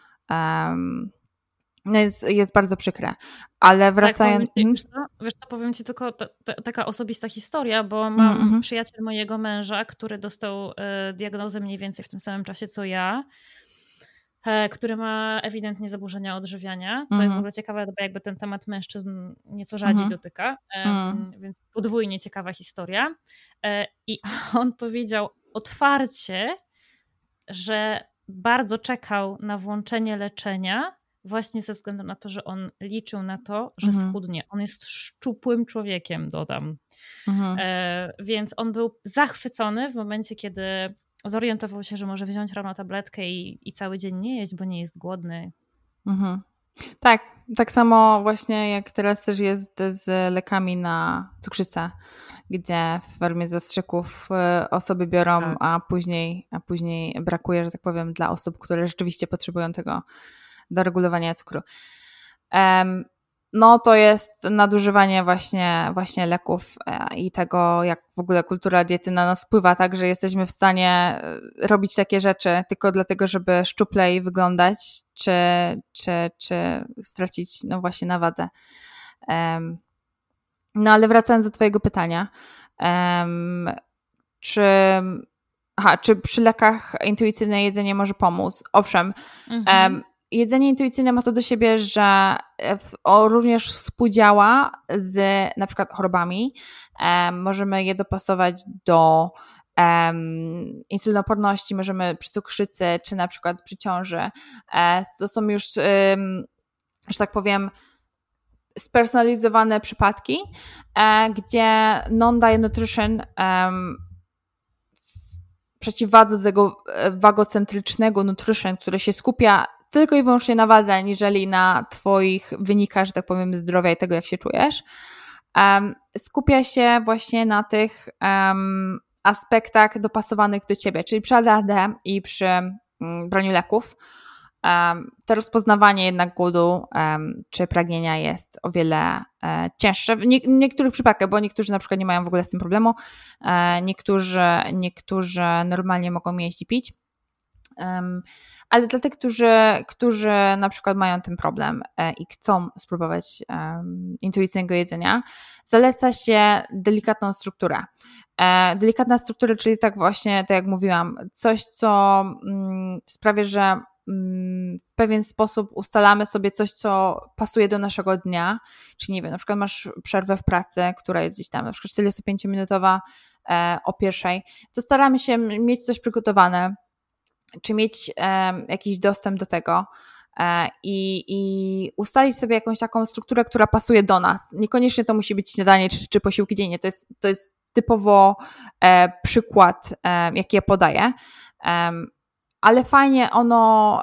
jest bardzo przykre. Ale wracając... Tak, wiesz co, powiem ci tylko taka osobista historia, bo mam przyjaciel mojego męża, który dostał diagnozę mniej więcej w tym samym czasie co ja, który ma ewidentnie zaburzenia odżywiania, co jest w ogóle ciekawe, bo jakby ten temat mężczyzn nieco rzadziej dotyka, więc podwójnie ciekawa historia. I on powiedział otwarcie, że bardzo czekał na włączenie leczenia właśnie ze względu na to, że on liczył na to, że schudnie. On jest szczupłym człowiekiem, dodam. Więc on był zachwycony w momencie, kiedy zorientował się, że może wziąć rano tabletkę i cały dzień nie jeść, bo nie jest głodny. Tak samo właśnie jak teraz też jest z lekami na cukrzycę, gdzie w formie zastrzyków osoby biorą, a później brakuje, że tak powiem, dla osób, które rzeczywiście potrzebują tego do regulowania cukru. No to jest nadużywanie właśnie leków i tego, jak w ogóle kultura diety na nas wpływa, tak, że jesteśmy w stanie robić takie rzeczy tylko dlatego, żeby szczuplej wyglądać, czy stracić no właśnie na wadze. No ale wracając do twojego pytania, czy przy lekach intuicyjne jedzenie może pomóc? Owszem, jedzenie intuicyjne ma to do siebie, że również współdziała z na przykład chorobami. Możemy je dopasować do insulinoporności, możemy przy cukrzycy, czy na przykład przy ciąży. To są już, że tak powiem, spersonalizowane przypadki, gdzie non-diet nutrition w przeciwwadze do tego wagocentrycznego nutrition, które się skupia tylko i wyłącznie na wadze, aniżeli na twoich wynikach, że tak powiem, zdrowia i tego, jak się czujesz, skupia się właśnie na tych aspektach dopasowanych do ciebie, czyli przy ADHD i przy braniu leków. To rozpoznawanie jednak głodu czy pragnienia jest o wiele cięższe. W niektórych przypadkach, bo niektórzy na przykład nie mają w ogóle z tym problemu, niektórzy normalnie mogą jeść i pić. Ale dla tych, którzy na przykład mają ten problem i chcą spróbować intuicyjnego jedzenia, zaleca się delikatną strukturę. Delikatna struktura, czyli tak właśnie, tak jak mówiłam, coś, co sprawia, że w pewien sposób ustalamy sobie coś, co pasuje do naszego dnia, czyli nie wiem, na przykład masz przerwę w pracy, która jest gdzieś tam na przykład 45-minutowa o 1:00, to staramy się mieć coś przygotowane, czy mieć jakiś dostęp do tego i ustalić sobie jakąś taką strukturę, która pasuje do nas. Niekoniecznie to musi być śniadanie czy posiłki dziennie, to jest typowo przykład, jaki ja podaję. ale fajnie ono,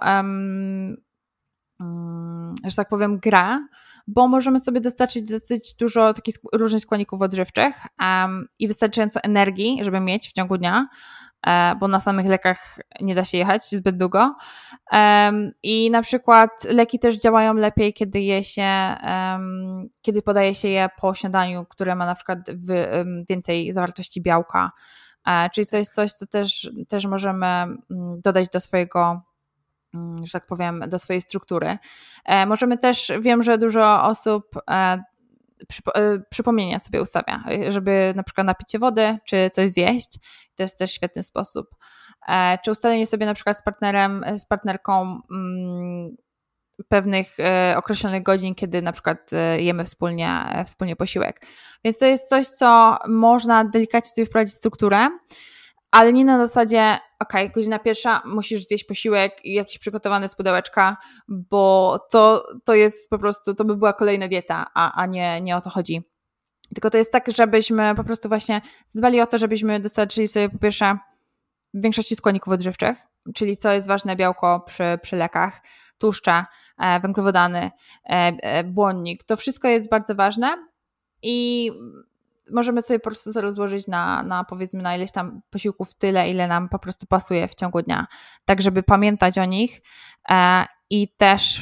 że tak powiem, gra, bo możemy sobie dostarczyć dosyć dużo takich różnych składników odżywczych i wystarczająco energii, żeby mieć w ciągu dnia, bo na samych lekach nie da się jechać zbyt długo. I na przykład leki też działają lepiej, kiedy je się, kiedy podaje się je po śniadaniu, które ma na przykład więcej zawartości białka. Czyli to jest coś, co też możemy dodać do swojego, że tak powiem, do swojej struktury. Możemy też, wiem, że dużo osób przypomnienia sobie ustawia, żeby na przykład napić się wody, czy coś zjeść. To jest też świetny sposób. Czy ustalenie sobie na przykład z partnerką pewnych określonych godzin, kiedy na przykład jemy wspólnie posiłek. Więc to jest coś, co można delikatnie sobie wprowadzić w strukturę, ale nie na zasadzie, godzina 1, musisz zjeść posiłek i jakiś przygotowany z pudełeczka, bo to jest po prostu, to by była kolejna dieta, a nie o to chodzi. Tylko to jest tak, żebyśmy po prostu właśnie zadbali o to, żebyśmy dostarczyli sobie po pierwsze w większości składników odżywczych, czyli co jest ważne, białko przy lekach, tłuszcze, węglowodany, błonnik. To wszystko jest bardzo ważne i możemy sobie po prostu to rozłożyć na powiedzmy na ileś tam posiłków tyle, ile nam po prostu pasuje w ciągu dnia, tak żeby pamiętać o nich i też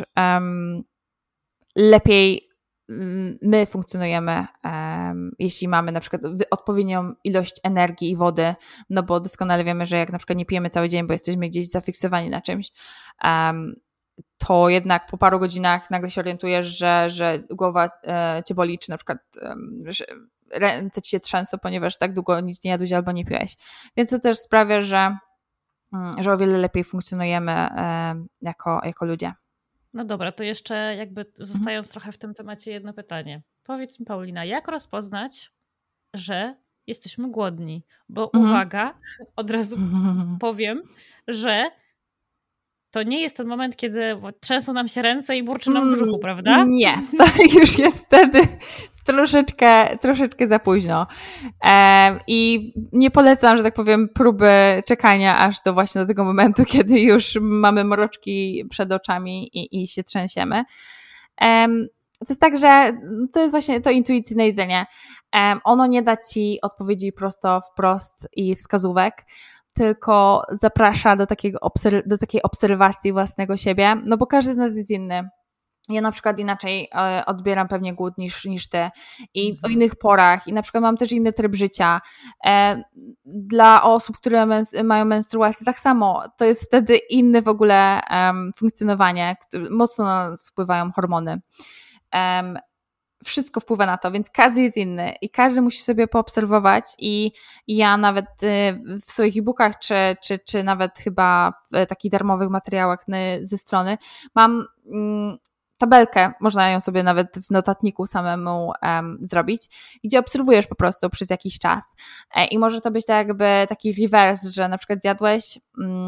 lepiej my funkcjonujemy, jeśli mamy na przykład odpowiednią ilość energii i wody, no bo doskonale wiemy, że jak na przykład nie pijemy cały dzień, bo jesteśmy gdzieś zafiksowani na czymś, to jednak po paru godzinach nagle się orientujesz, że głowa cię boli, czy na przykład że ręce ci się trzęsą, ponieważ tak długo nic nie jadłeś albo nie piłeś. Więc to też sprawia, że o wiele lepiej funkcjonujemy jako ludzie. No dobra, to jeszcze jakby zostając trochę w tym temacie jedno pytanie. Powiedz mi, Paulina, jak rozpoznać, że jesteśmy głodni? Bo uwaga, od razu powiem, że to nie jest ten moment, kiedy trzęsą nam się ręce i burczy nam w brzuchu, prawda? Nie, to już jest wtedy troszeczkę za późno. I nie polecam, że tak powiem, próby czekania aż do tego momentu, kiedy już mamy mroczki przed oczami i się trzęsiemy. To jest tak, że to jest właśnie to intuicyjne jedzenie. Ono nie da ci odpowiedzi wprost i wskazówek, tylko zaprasza do takiej obserwacji własnego siebie, no bo każdy z nas jest inny. Ja na przykład inaczej odbieram pewnie głód niż ty i o innych porach i na przykład mam też inny tryb życia. Dla osób, które mają menstruację tak samo, to jest wtedy inne w ogóle funkcjonowanie, mocno na nas wpływają hormony. Wszystko wpływa na to, więc każdy jest inny i każdy musi sobie poobserwować i ja nawet w swoich e-bookach czy nawet chyba w takich darmowych materiałach ze strony mam tabelkę, można ją sobie nawet w notatniku samemu zrobić, gdzie obserwujesz po prostu przez jakiś czas i może to być tak jakby taki reverse, że na przykład zjadłeś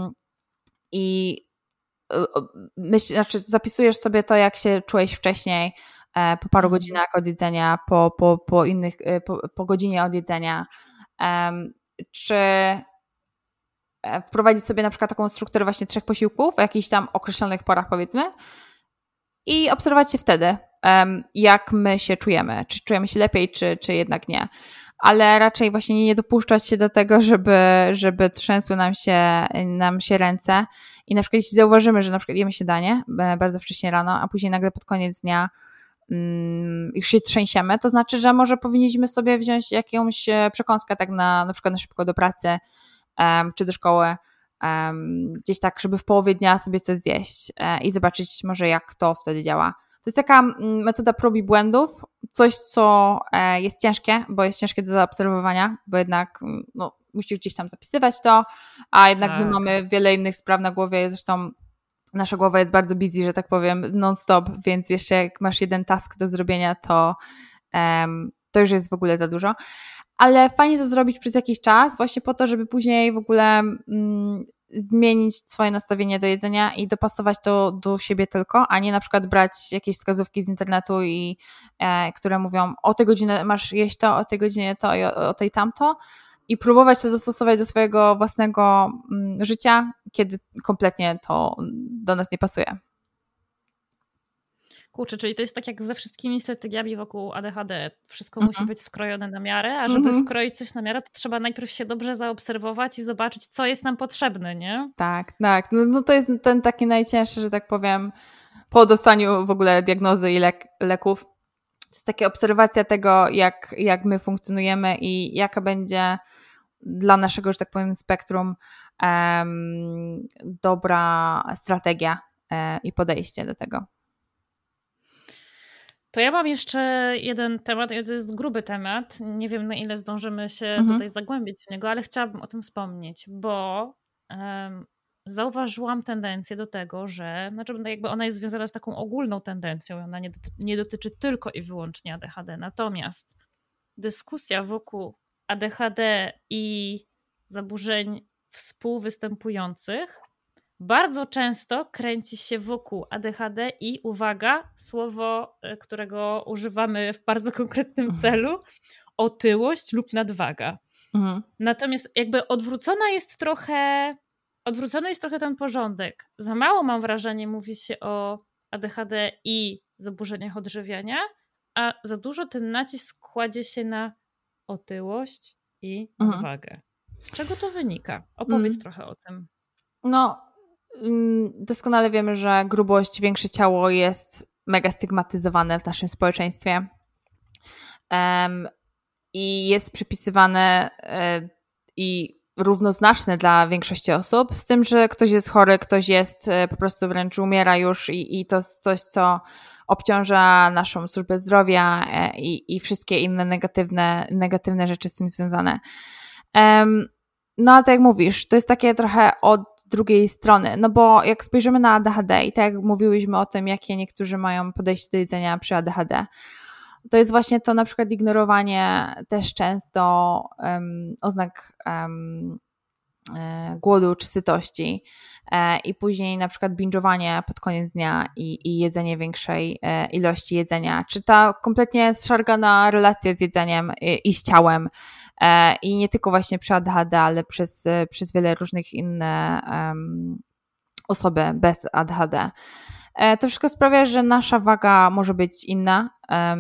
i zapisujesz sobie to, jak się czułeś wcześniej, po paru godzinach od jedzenia, po godzinie od jedzenia, czy wprowadzić sobie na przykład taką strukturę właśnie 3 posiłków w jakichś tam określonych porach, powiedzmy, i obserwować się wtedy, jak my się czujemy, czy czujemy się lepiej, czy jednak nie. Ale raczej właśnie nie dopuszczać się do tego, żeby trzęsły nam się ręce i na przykład jeśli zauważymy, że na przykład jemy śniadanie bardzo wcześnie rano, a później nagle pod koniec dnia już się trzęsiemy, to znaczy, że może powinniśmy sobie wziąć jakąś przekąskę tak na przykład na szybko do pracy czy do szkoły, gdzieś tak, żeby w połowie dnia sobie coś zjeść i zobaczyć może jak to wtedy działa. To jest taka metoda prób i błędów, coś co jest ciężkie, bo jest ciężkie do zaobserwowania, bo jednak musisz gdzieś tam zapisywać to, a jednak my mamy wiele innych spraw na głowie, zresztą nasza głowa jest bardzo busy, że tak powiem, non-stop, więc jeszcze jak masz jeden task do zrobienia, to już jest w ogóle za dużo. Ale fajnie to zrobić przez jakiś czas, właśnie po to, żeby później w ogóle zmienić swoje nastawienie do jedzenia i dopasować to do siebie tylko, a nie na przykład brać jakieś wskazówki z internetu, które mówią o tej godzinie masz jeść to, o tej godzinie to i o tej tamto, i próbować to dostosować do swojego własnego życia, kiedy kompletnie to do nas nie pasuje. Kurczę, czyli to jest tak jak ze wszystkimi strategiami wokół ADHD. Wszystko musi być skrojone na miarę, a żeby skroić coś na miarę, to trzeba najpierw się dobrze zaobserwować i zobaczyć, co jest nam potrzebne, nie? Tak. No to jest ten taki najcięższy, że tak powiem, po dostaniu w ogóle diagnozy i leków. To jest taka obserwacja tego, jak my funkcjonujemy i jaka będzie dla naszego, że tak powiem, spektrum dobra strategia i podejście do tego. To ja mam jeszcze jeden temat, to jest gruby temat. Nie wiem, na ile zdążymy się tutaj zagłębić w niego, ale chciałabym o tym wspomnieć, bo zauważyłam tendencję do tego, że jakby ona jest związana z taką ogólną tendencją, ona nie dotyczy tylko i wyłącznie ADHD. Natomiast dyskusja wokół ADHD i zaburzeń współwystępujących bardzo często kręci się wokół ADHD i uwaga, słowo, którego używamy w bardzo konkretnym celu, otyłość lub nadwaga. Natomiast jakby odwrócony jest trochę ten porządek. Za mało, mam wrażenie, mówi się o ADHD i zaburzeniach odżywiania, a za dużo ten nacisk kładzie się na otyłość i nadwagę. Z czego to wynika? Opowiedz trochę o tym. No, doskonale wiemy, że grubość, większe ciało jest mega stygmatyzowane w naszym społeczeństwie i jest przypisywane i równoznaczne dla większości osób, z tym, że ktoś jest chory, ktoś jest po prostu wręcz umiera już i to jest coś, co obciąża naszą służbę zdrowia i wszystkie inne negatywne rzeczy z tym związane. No ale tak jak mówisz, to jest takie trochę od drugiej strony, no bo jak spojrzymy na ADHD i tak jak mówiłyśmy o tym, jakie niektórzy mają podejście do jedzenia przy ADHD, to jest właśnie to na przykład ignorowanie też często oznak głodu czy sytości i później na przykład binge'owanie pod koniec dnia i jedzenie większej ilości jedzenia, czy ta kompletnie zszargana relacja z jedzeniem i z ciałem i nie tylko właśnie przy ADHD, ale przez wiele różnych innych osoby bez ADHD. To wszystko sprawia, że nasza waga może być inna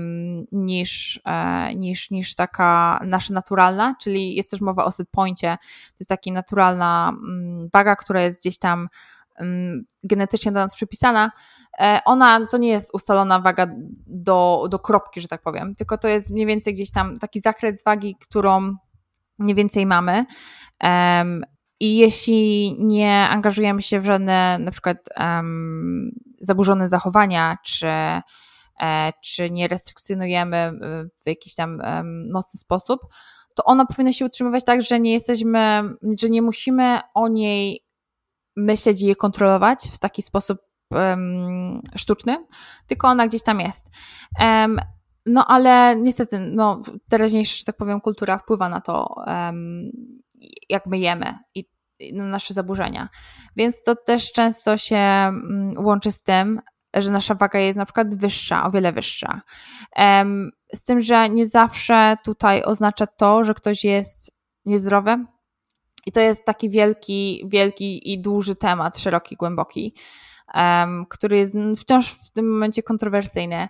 niż taka nasza naturalna, czyli jest też mowa o set poincie. To jest taka naturalna waga, która jest gdzieś tam genetycznie do nas przypisana. Ona to nie jest ustalona waga do kropki, że tak powiem, tylko to jest mniej więcej gdzieś tam taki zakres wagi, którą mniej więcej mamy. I jeśli nie angażujemy się w żadne na przykład zaburzone zachowania, czy nie restrykcjonujemy w jakiś tam mocny sposób, to ona powinna się utrzymywać tak, że nie musimy o niej myśleć i je kontrolować w taki sposób sztuczny, tylko ona gdzieś tam jest. No ale niestety, teraźniejsza, że tak powiem, kultura wpływa na to, jak my jemy i na nasze zaburzenia. Więc to też często się łączy z tym, że nasza waga jest na przykład wyższa, o wiele wyższa. Z tym, że nie zawsze tutaj oznacza to, że ktoś jest niezdrowy. I to jest taki wielki i duży temat, szeroki, głęboki, który jest wciąż w tym momencie kontrowersyjny.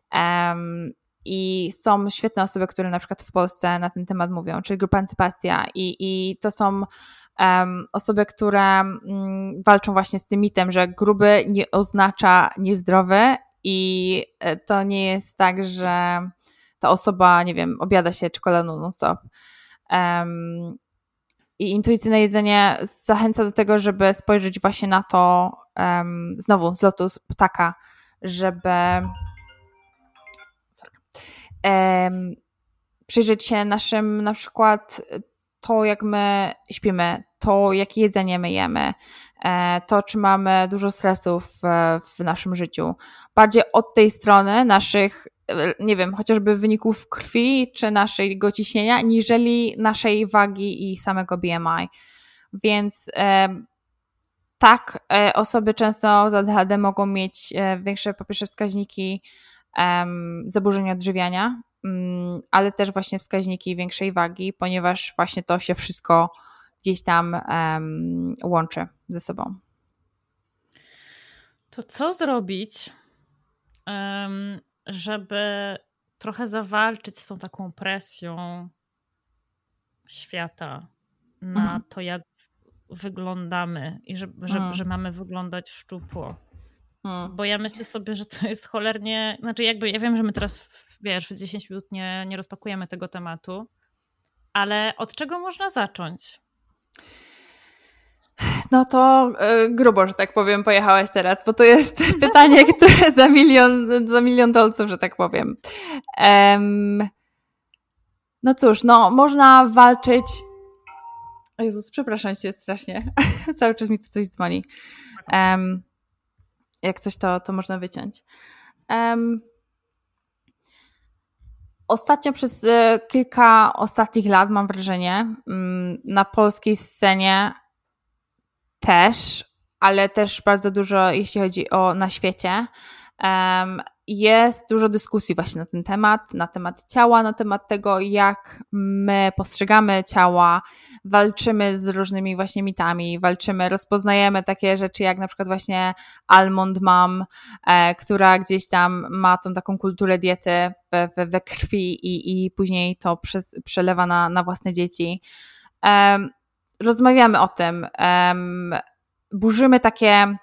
I są świetne osoby, które na przykład w Polsce na ten temat mówią, czyli Grupa Ancypacja i to są osoby, które walczą właśnie z tym mitem, że gruby nie oznacza niezdrowy i to nie jest tak, że ta osoba, nie wiem, objada się czekoladą non-stop. I intuicyjne jedzenie zachęca do tego, żeby spojrzeć właśnie na to znowu z lotu ptaka, żeby przyjrzeć się naszym na przykład to, jak my śpimy, to, jakie jedzenie my jemy, to, czy mamy dużo stresów w naszym życiu. Bardziej od tej strony naszych, nie wiem, chociażby wyników krwi, czy naszego ciśnienia, niżeli naszej wagi i samego BMI. Więc tak, osoby często z ADHD mogą mieć większe, po pierwsze, wskaźniki zaburzeń odżywiania, ale też właśnie wskaźniki większej wagi, ponieważ właśnie to się wszystko gdzieś tam łączy ze sobą. To co zrobić, żeby trochę zawalczyć z tą taką presją świata na to, jak wyglądamy i że mamy wyglądać szczupło? Bo ja myślę sobie, że to jest cholernie... Znaczy jakby ja wiem, że my teraz, wiesz, w 10 minut nie rozpakujemy tego tematu, ale od czego można zacząć? No to grubo, że tak powiem, pojechałaś teraz, bo to jest pytanie, które za milion dolców, że tak powiem. No cóż, no można walczyć... O Jezus, przepraszam cię strasznie. Cały czas mi tu coś dzwoni. Jak coś, to można wyciąć. Ostatnio przez kilka ostatnich lat, mam wrażenie, na polskiej scenie też, ale też bardzo dużo, jeśli chodzi o na świecie, jest dużo dyskusji właśnie na temat ciała, na temat tego, jak my postrzegamy ciała, walczymy z różnymi właśnie mitami, rozpoznajemy takie rzeczy jak na przykład właśnie Almond Mom, która gdzieś tam ma tą taką kulturę diety we krwi i później to przelewa na własne dzieci. Rozmawiamy o tym, burzymy takie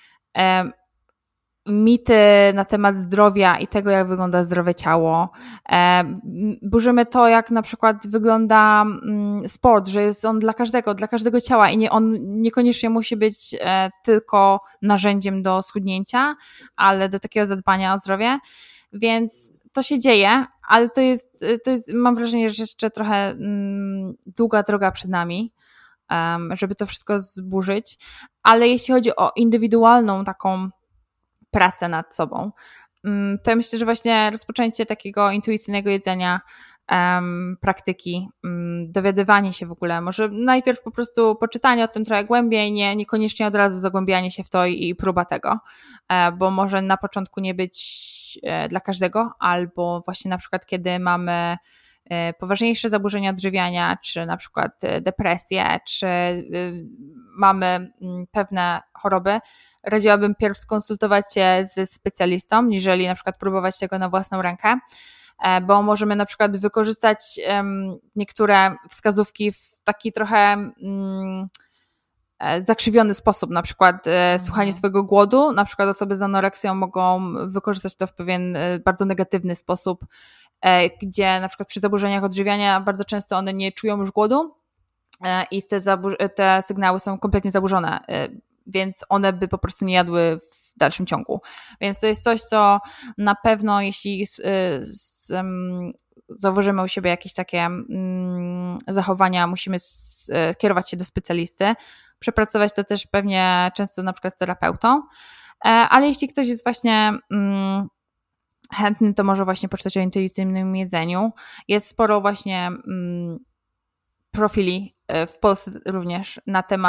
mity na temat zdrowia i tego, jak wygląda zdrowe ciało. Burzymy to, jak na przykład wygląda sport, że jest on dla każdego ciała i on niekoniecznie musi być tylko narzędziem do schudnięcia, ale do takiego zadbania o zdrowie. Więc to się dzieje, ale to jest mam wrażenie, że jeszcze trochę długa droga przed nami, żeby to wszystko zburzyć. Ale jeśli chodzi o indywidualną taką pracę nad sobą, to ja myślę, że właśnie rozpoczęcie takiego intuicyjnego jedzenia, praktyki, dowiadywanie się w ogóle, może najpierw po prostu poczytanie o tym trochę głębiej, niekoniecznie od razu zagłębianie się w to i próba tego, bo może na początku nie być dla każdego, albo właśnie na przykład kiedy mamy poważniejsze zaburzenia odżywiania, czy na przykład depresję, czy mamy pewne choroby, radziłabym pierw skonsultować się ze specjalistą, niżeli na przykład próbować tego na własną rękę, bo możemy na przykład wykorzystać niektóre wskazówki w taki trochę zakrzywiony sposób, na przykład słuchanie swojego głodu, na przykład osoby z anoreksją mogą wykorzystać to w pewien bardzo negatywny sposób, gdzie na przykład przy zaburzeniach odżywiania bardzo często one nie czują już głodu i te sygnały są kompletnie zaburzone, więc one by po prostu nie jadły w dalszym ciągu. Więc to jest coś, co na pewno, jeśli zauważymy u siebie jakieś takie zachowania, musimy kierować się do specjalisty, przepracować to też pewnie często na przykład z terapeutą, ale jeśli ktoś jest właśnie chętny, to może właśnie poczytać o intuicyjnym jedzeniu. Jest sporo właśnie profili w Polsce również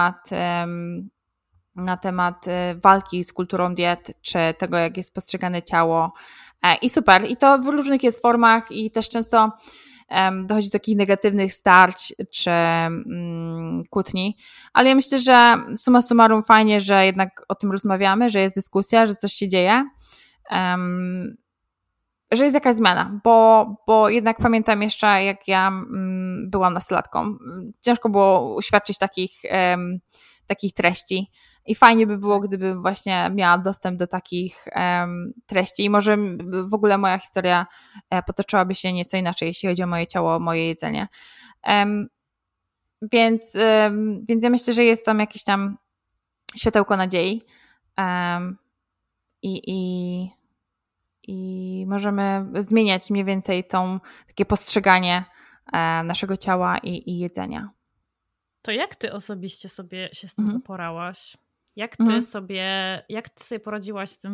na temat walki z kulturą diet, czy tego, jak jest postrzegane ciało. I super. I to w różnych jest formach i też często dochodzi do takich negatywnych starć czy kłótni. Ale ja myślę, że summa summarum fajnie, że jednak o tym rozmawiamy, że jest dyskusja, że coś się dzieje. Że jest jakaś zmiana, bo jednak pamiętam jeszcze, jak ja byłam nastolatką. Ciężko było uświadczyć takich treści i fajnie by było, gdybym właśnie miała dostęp do takich treści i może w ogóle moja historia potoczyłaby się nieco inaczej, jeśli chodzi o moje ciało, o moje jedzenie. Więc ja myślę, że jest tam jakieś tam światełko nadziei i możemy zmieniać mniej więcej takie postrzeganie naszego ciała i jedzenia. To jak ty osobiście się z tym uporałaś? Jak ty sobie poradziłaś z tym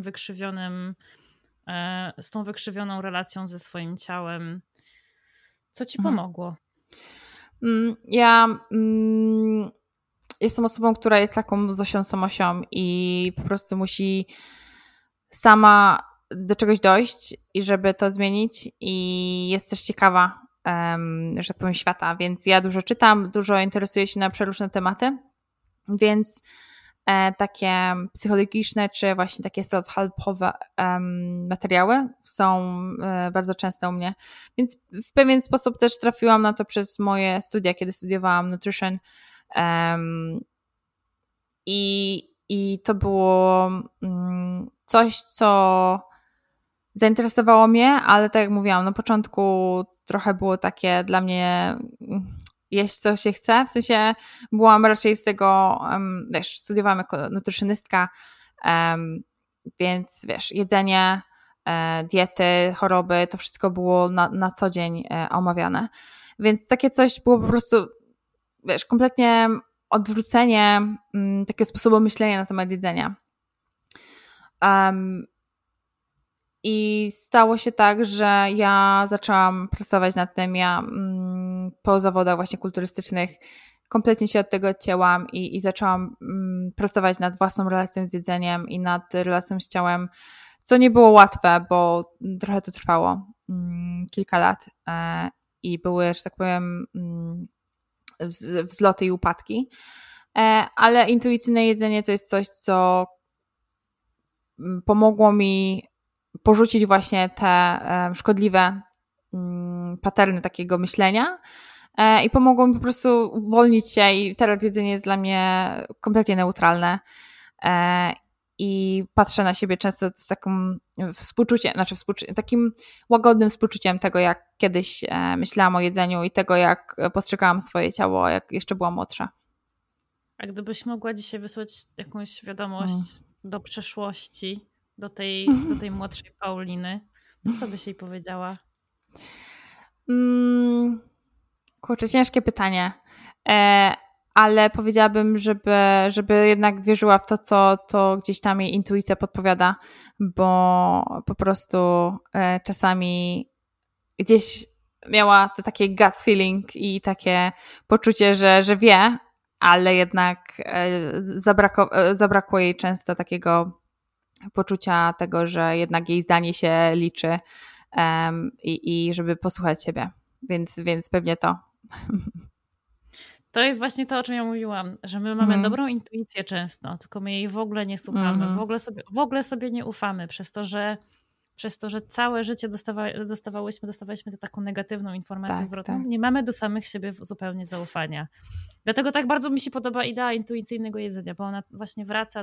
z tą wykrzywioną relacją ze swoim ciałem? Co ci pomogło? Ja jestem osobą, która jest taką Zosią Samosią i po prostu musi sama do czegoś dojść i żeby to zmienić i jest też ciekawa, że tak powiem, świata, więc ja dużo czytam, dużo interesuję się na przeróżne tematy, więc takie psychologiczne czy właśnie takie self-helpowe materiały są bardzo często u mnie, więc w pewien sposób też trafiłam na to przez moje studia, kiedy studiowałam nutrition i to było coś, co zainteresowało mnie, ale tak jak mówiłam, na początku trochę było takie dla mnie jeść co się chce, w sensie byłam raczej z tego, wiesz, studiowałam jako nutrycznistka, więc wiesz, jedzenie, diety, choroby, to wszystko było na co dzień omawiane, więc takie coś było po prostu, wiesz, kompletnie odwrócenie takiego sposobu myślenia na temat jedzenia. I stało się tak, że ja zaczęłam pracować nad tym, ja po zawodach właśnie kulturystycznych kompletnie się od tego odcięłam i zaczęłam pracować nad własną relacją z jedzeniem i nad relacją z ciałem, co nie było łatwe, bo trochę to trwało, kilka lat i były, że tak powiem, wzloty i upadki, ale intuicyjne jedzenie to jest coś, co pomogło mi porzucić właśnie te szkodliwe paterny takiego myślenia i pomogło mi po prostu uwolnić się i teraz jedzenie jest dla mnie kompletnie neutralne i patrzę na siebie często z takim współczuciem, takim łagodnym współczuciem tego, jak kiedyś myślałam o jedzeniu i tego, jak postrzegałam swoje ciało, jak jeszcze byłam młodsza. A gdybyś mogła dzisiaj wysłać jakąś wiadomość do przeszłości, do tej młodszej Pauliny, to co byś jej powiedziała? Kurczę, ciężkie pytanie, ale powiedziałabym, żeby jednak wierzyła w to, co to gdzieś tam jej intuicja podpowiada, bo po prostu czasami gdzieś miała to takie gut feeling i takie poczucie, że wie, ale jednak zabrakło jej często takiego poczucia tego, że jednak jej zdanie się liczy i żeby posłuchać siebie. Więc pewnie to. To jest właśnie to, o czym ja mówiłam, że my mamy dobrą intuicję często, tylko my jej w ogóle nie słuchamy, w ogóle sobie nie ufamy, przez to, że całe życie dostawaliśmy tę taką negatywną informację zwrotną, nie mamy do samych siebie zupełnie zaufania. Dlatego tak bardzo mi się podoba idea intuicyjnego jedzenia, bo ona właśnie wraca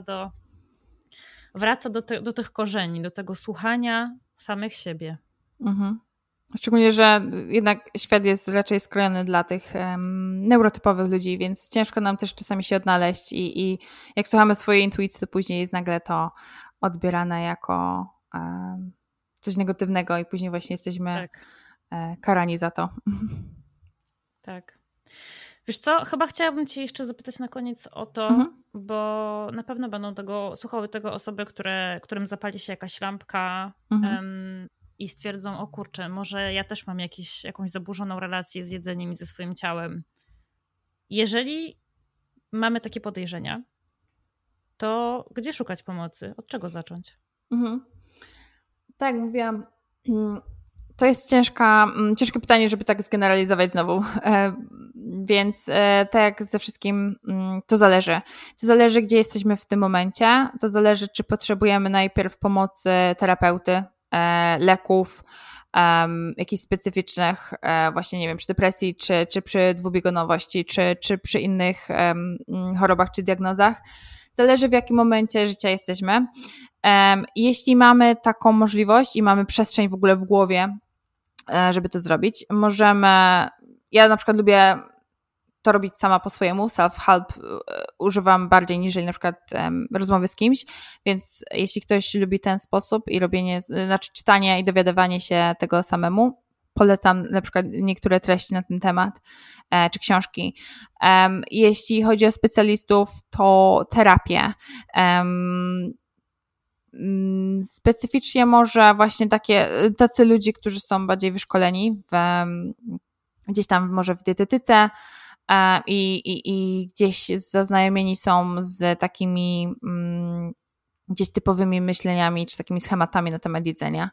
do tych korzeni, do tego słuchania samych siebie. Szczególnie, że jednak świat jest raczej skrojony dla tych neurotypowych ludzi, więc ciężko nam też czasami się odnaleźć i jak słuchamy swojej intuicji, to później jest nagle to odbierane jako coś negatywnego i później właśnie jesteśmy karani za to. Tak. Wiesz co, chyba chciałabym cię jeszcze zapytać na koniec o to, bo na pewno będą słuchały tego osoby, którym zapali się jakaś lampka i stwierdzą, o kurczę, może ja też mam jakąś zaburzoną relację z jedzeniem i ze swoim ciałem. Jeżeli mamy takie podejrzenia, to gdzie szukać pomocy? Od czego zacząć? Tak, mówiłam. To jest ciężkie pytanie, żeby tak zgeneralizować znowu. Więc tak jak ze wszystkim, to zależy. To zależy, gdzie jesteśmy w tym momencie. To zależy, czy potrzebujemy najpierw pomocy terapeuty, leków, jakichś specyficznych, właśnie nie wiem, przy depresji, czy przy dwubiegunowości, czy przy innych chorobach czy diagnozach. Zależy, w jakim momencie życia jesteśmy. Jeśli mamy taką możliwość i mamy przestrzeń w ogóle w głowie, żeby to zrobić, ja na przykład lubię to robić sama po swojemu, self-help używam bardziej niż na przykład rozmowy z kimś, więc jeśli ktoś lubi ten sposób i czytanie i dowiadywanie się tego samemu, polecam na przykład niektóre treści na ten temat, czy książki. Jeśli chodzi o specjalistów, to terapię. Specyficznie może właśnie tacy ludzie, którzy są bardziej wyszkoleni gdzieś tam może w dietetyce i gdzieś zaznajomieni są z takimi gdzieś typowymi myśleniami czy takimi schematami na temat jedzenia.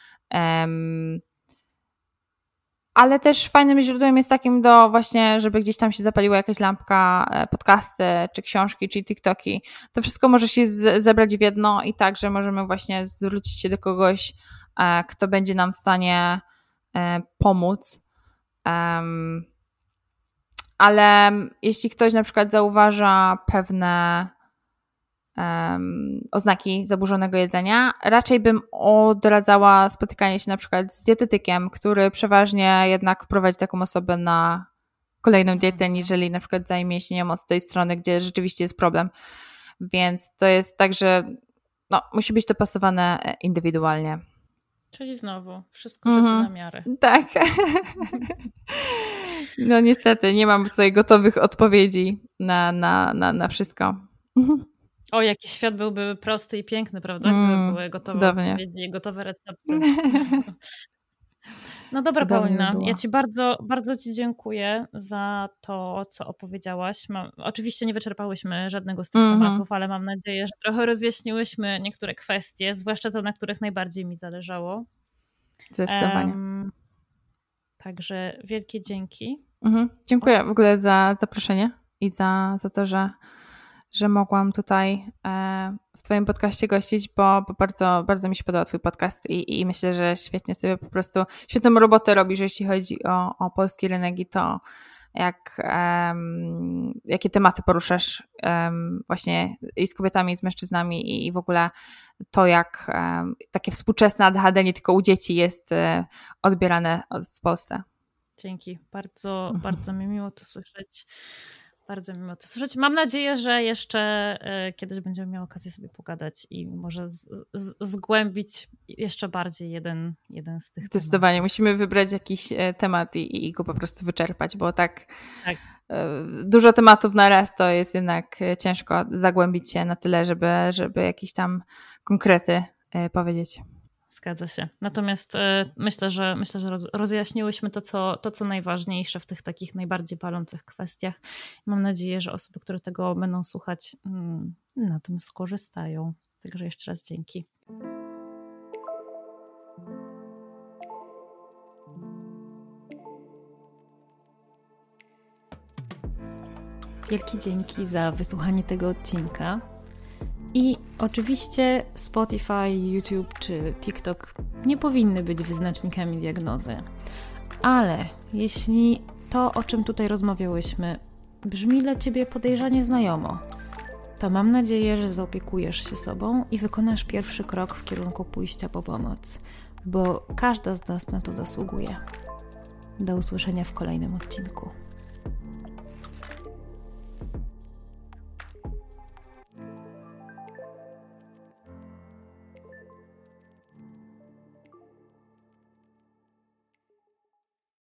Ale też fajnym źródłem jest takim do właśnie, żeby gdzieś tam się zapaliła jakaś lampka, podcasty, czy książki, czy TikToki. To wszystko może się zebrać w jedno i tak, że możemy właśnie zwrócić się do kogoś, kto będzie nam w stanie pomóc. Ale jeśli ktoś na przykład zauważa pewne oznaki zaburzonego jedzenia, raczej bym odradzała spotykanie się na przykład z dietetykiem, który przeważnie jednak prowadzi taką osobę na kolejną dietę, niżeli na przykład zajmie się nią od tej strony, gdzie rzeczywiście jest problem. Więc to jest tak, że musi być dopasowane indywidualnie. Czyli znowu, wszystko żeby na miarę. Tak. No niestety, nie mam tutaj gotowych odpowiedzi na wszystko. O, jaki świat byłby prosty i piękny, prawda? Gdyby były gotowe odpowiedzi i gotowe recepty. No dobra, Paulina, ja Ci bardzo, bardzo Ci dziękuję za to, co opowiedziałaś. Oczywiście nie wyczerpałyśmy żadnego z tych tematów, ale mam nadzieję, że trochę rozjaśniłyśmy niektóre kwestie, zwłaszcza te, na których najbardziej mi zależało. Zdecydowanie. Także wielkie dzięki. Dziękuję w ogóle za zaproszenie i za to, że mogłam tutaj w Twoim podcaście gościć, bo bardzo, bardzo mi się podobał Twój podcast i myślę, że świetnie sobie po prostu, świetną robotę robisz, jeśli chodzi o polski rynek i to, jakie tematy poruszasz właśnie i z kobietami, i z mężczyznami i w ogóle to, jak takie współczesne ADHD nie tylko u dzieci jest odbierane w Polsce. Dzięki. Bardzo, bardzo mi miło to słyszeć. Bardzo miło to słyszeć. Mam nadzieję, że jeszcze kiedyś będziemy mieli okazję sobie pogadać i może zgłębić jeszcze bardziej jeden z tych Zdecydowanie. tematów. Musimy wybrać jakiś temat i go po prostu wyczerpać, bo tak. Dużo tematów na raz to jest jednak ciężko zagłębić się na tyle, żeby jakieś tam konkrety powiedzieć. Zgadza się. Natomiast myślę, że rozjaśniłyśmy to, co najważniejsze w tych takich najbardziej palących kwestiach. Mam nadzieję, że osoby, które tego będą słuchać, na tym skorzystają. Także jeszcze raz dzięki. Wielkie dzięki za wysłuchanie tego odcinka. I oczywiście Spotify, YouTube czy TikTok nie powinny być wyznacznikami diagnozy. Ale jeśli to, o czym tutaj rozmawiałyśmy, brzmi dla Ciebie podejrzanie znajomo, to mam nadzieję, że zaopiekujesz się sobą i wykonasz pierwszy krok w kierunku pójścia po pomoc, bo każda z nas na to zasługuje. Do usłyszenia w kolejnym odcinku.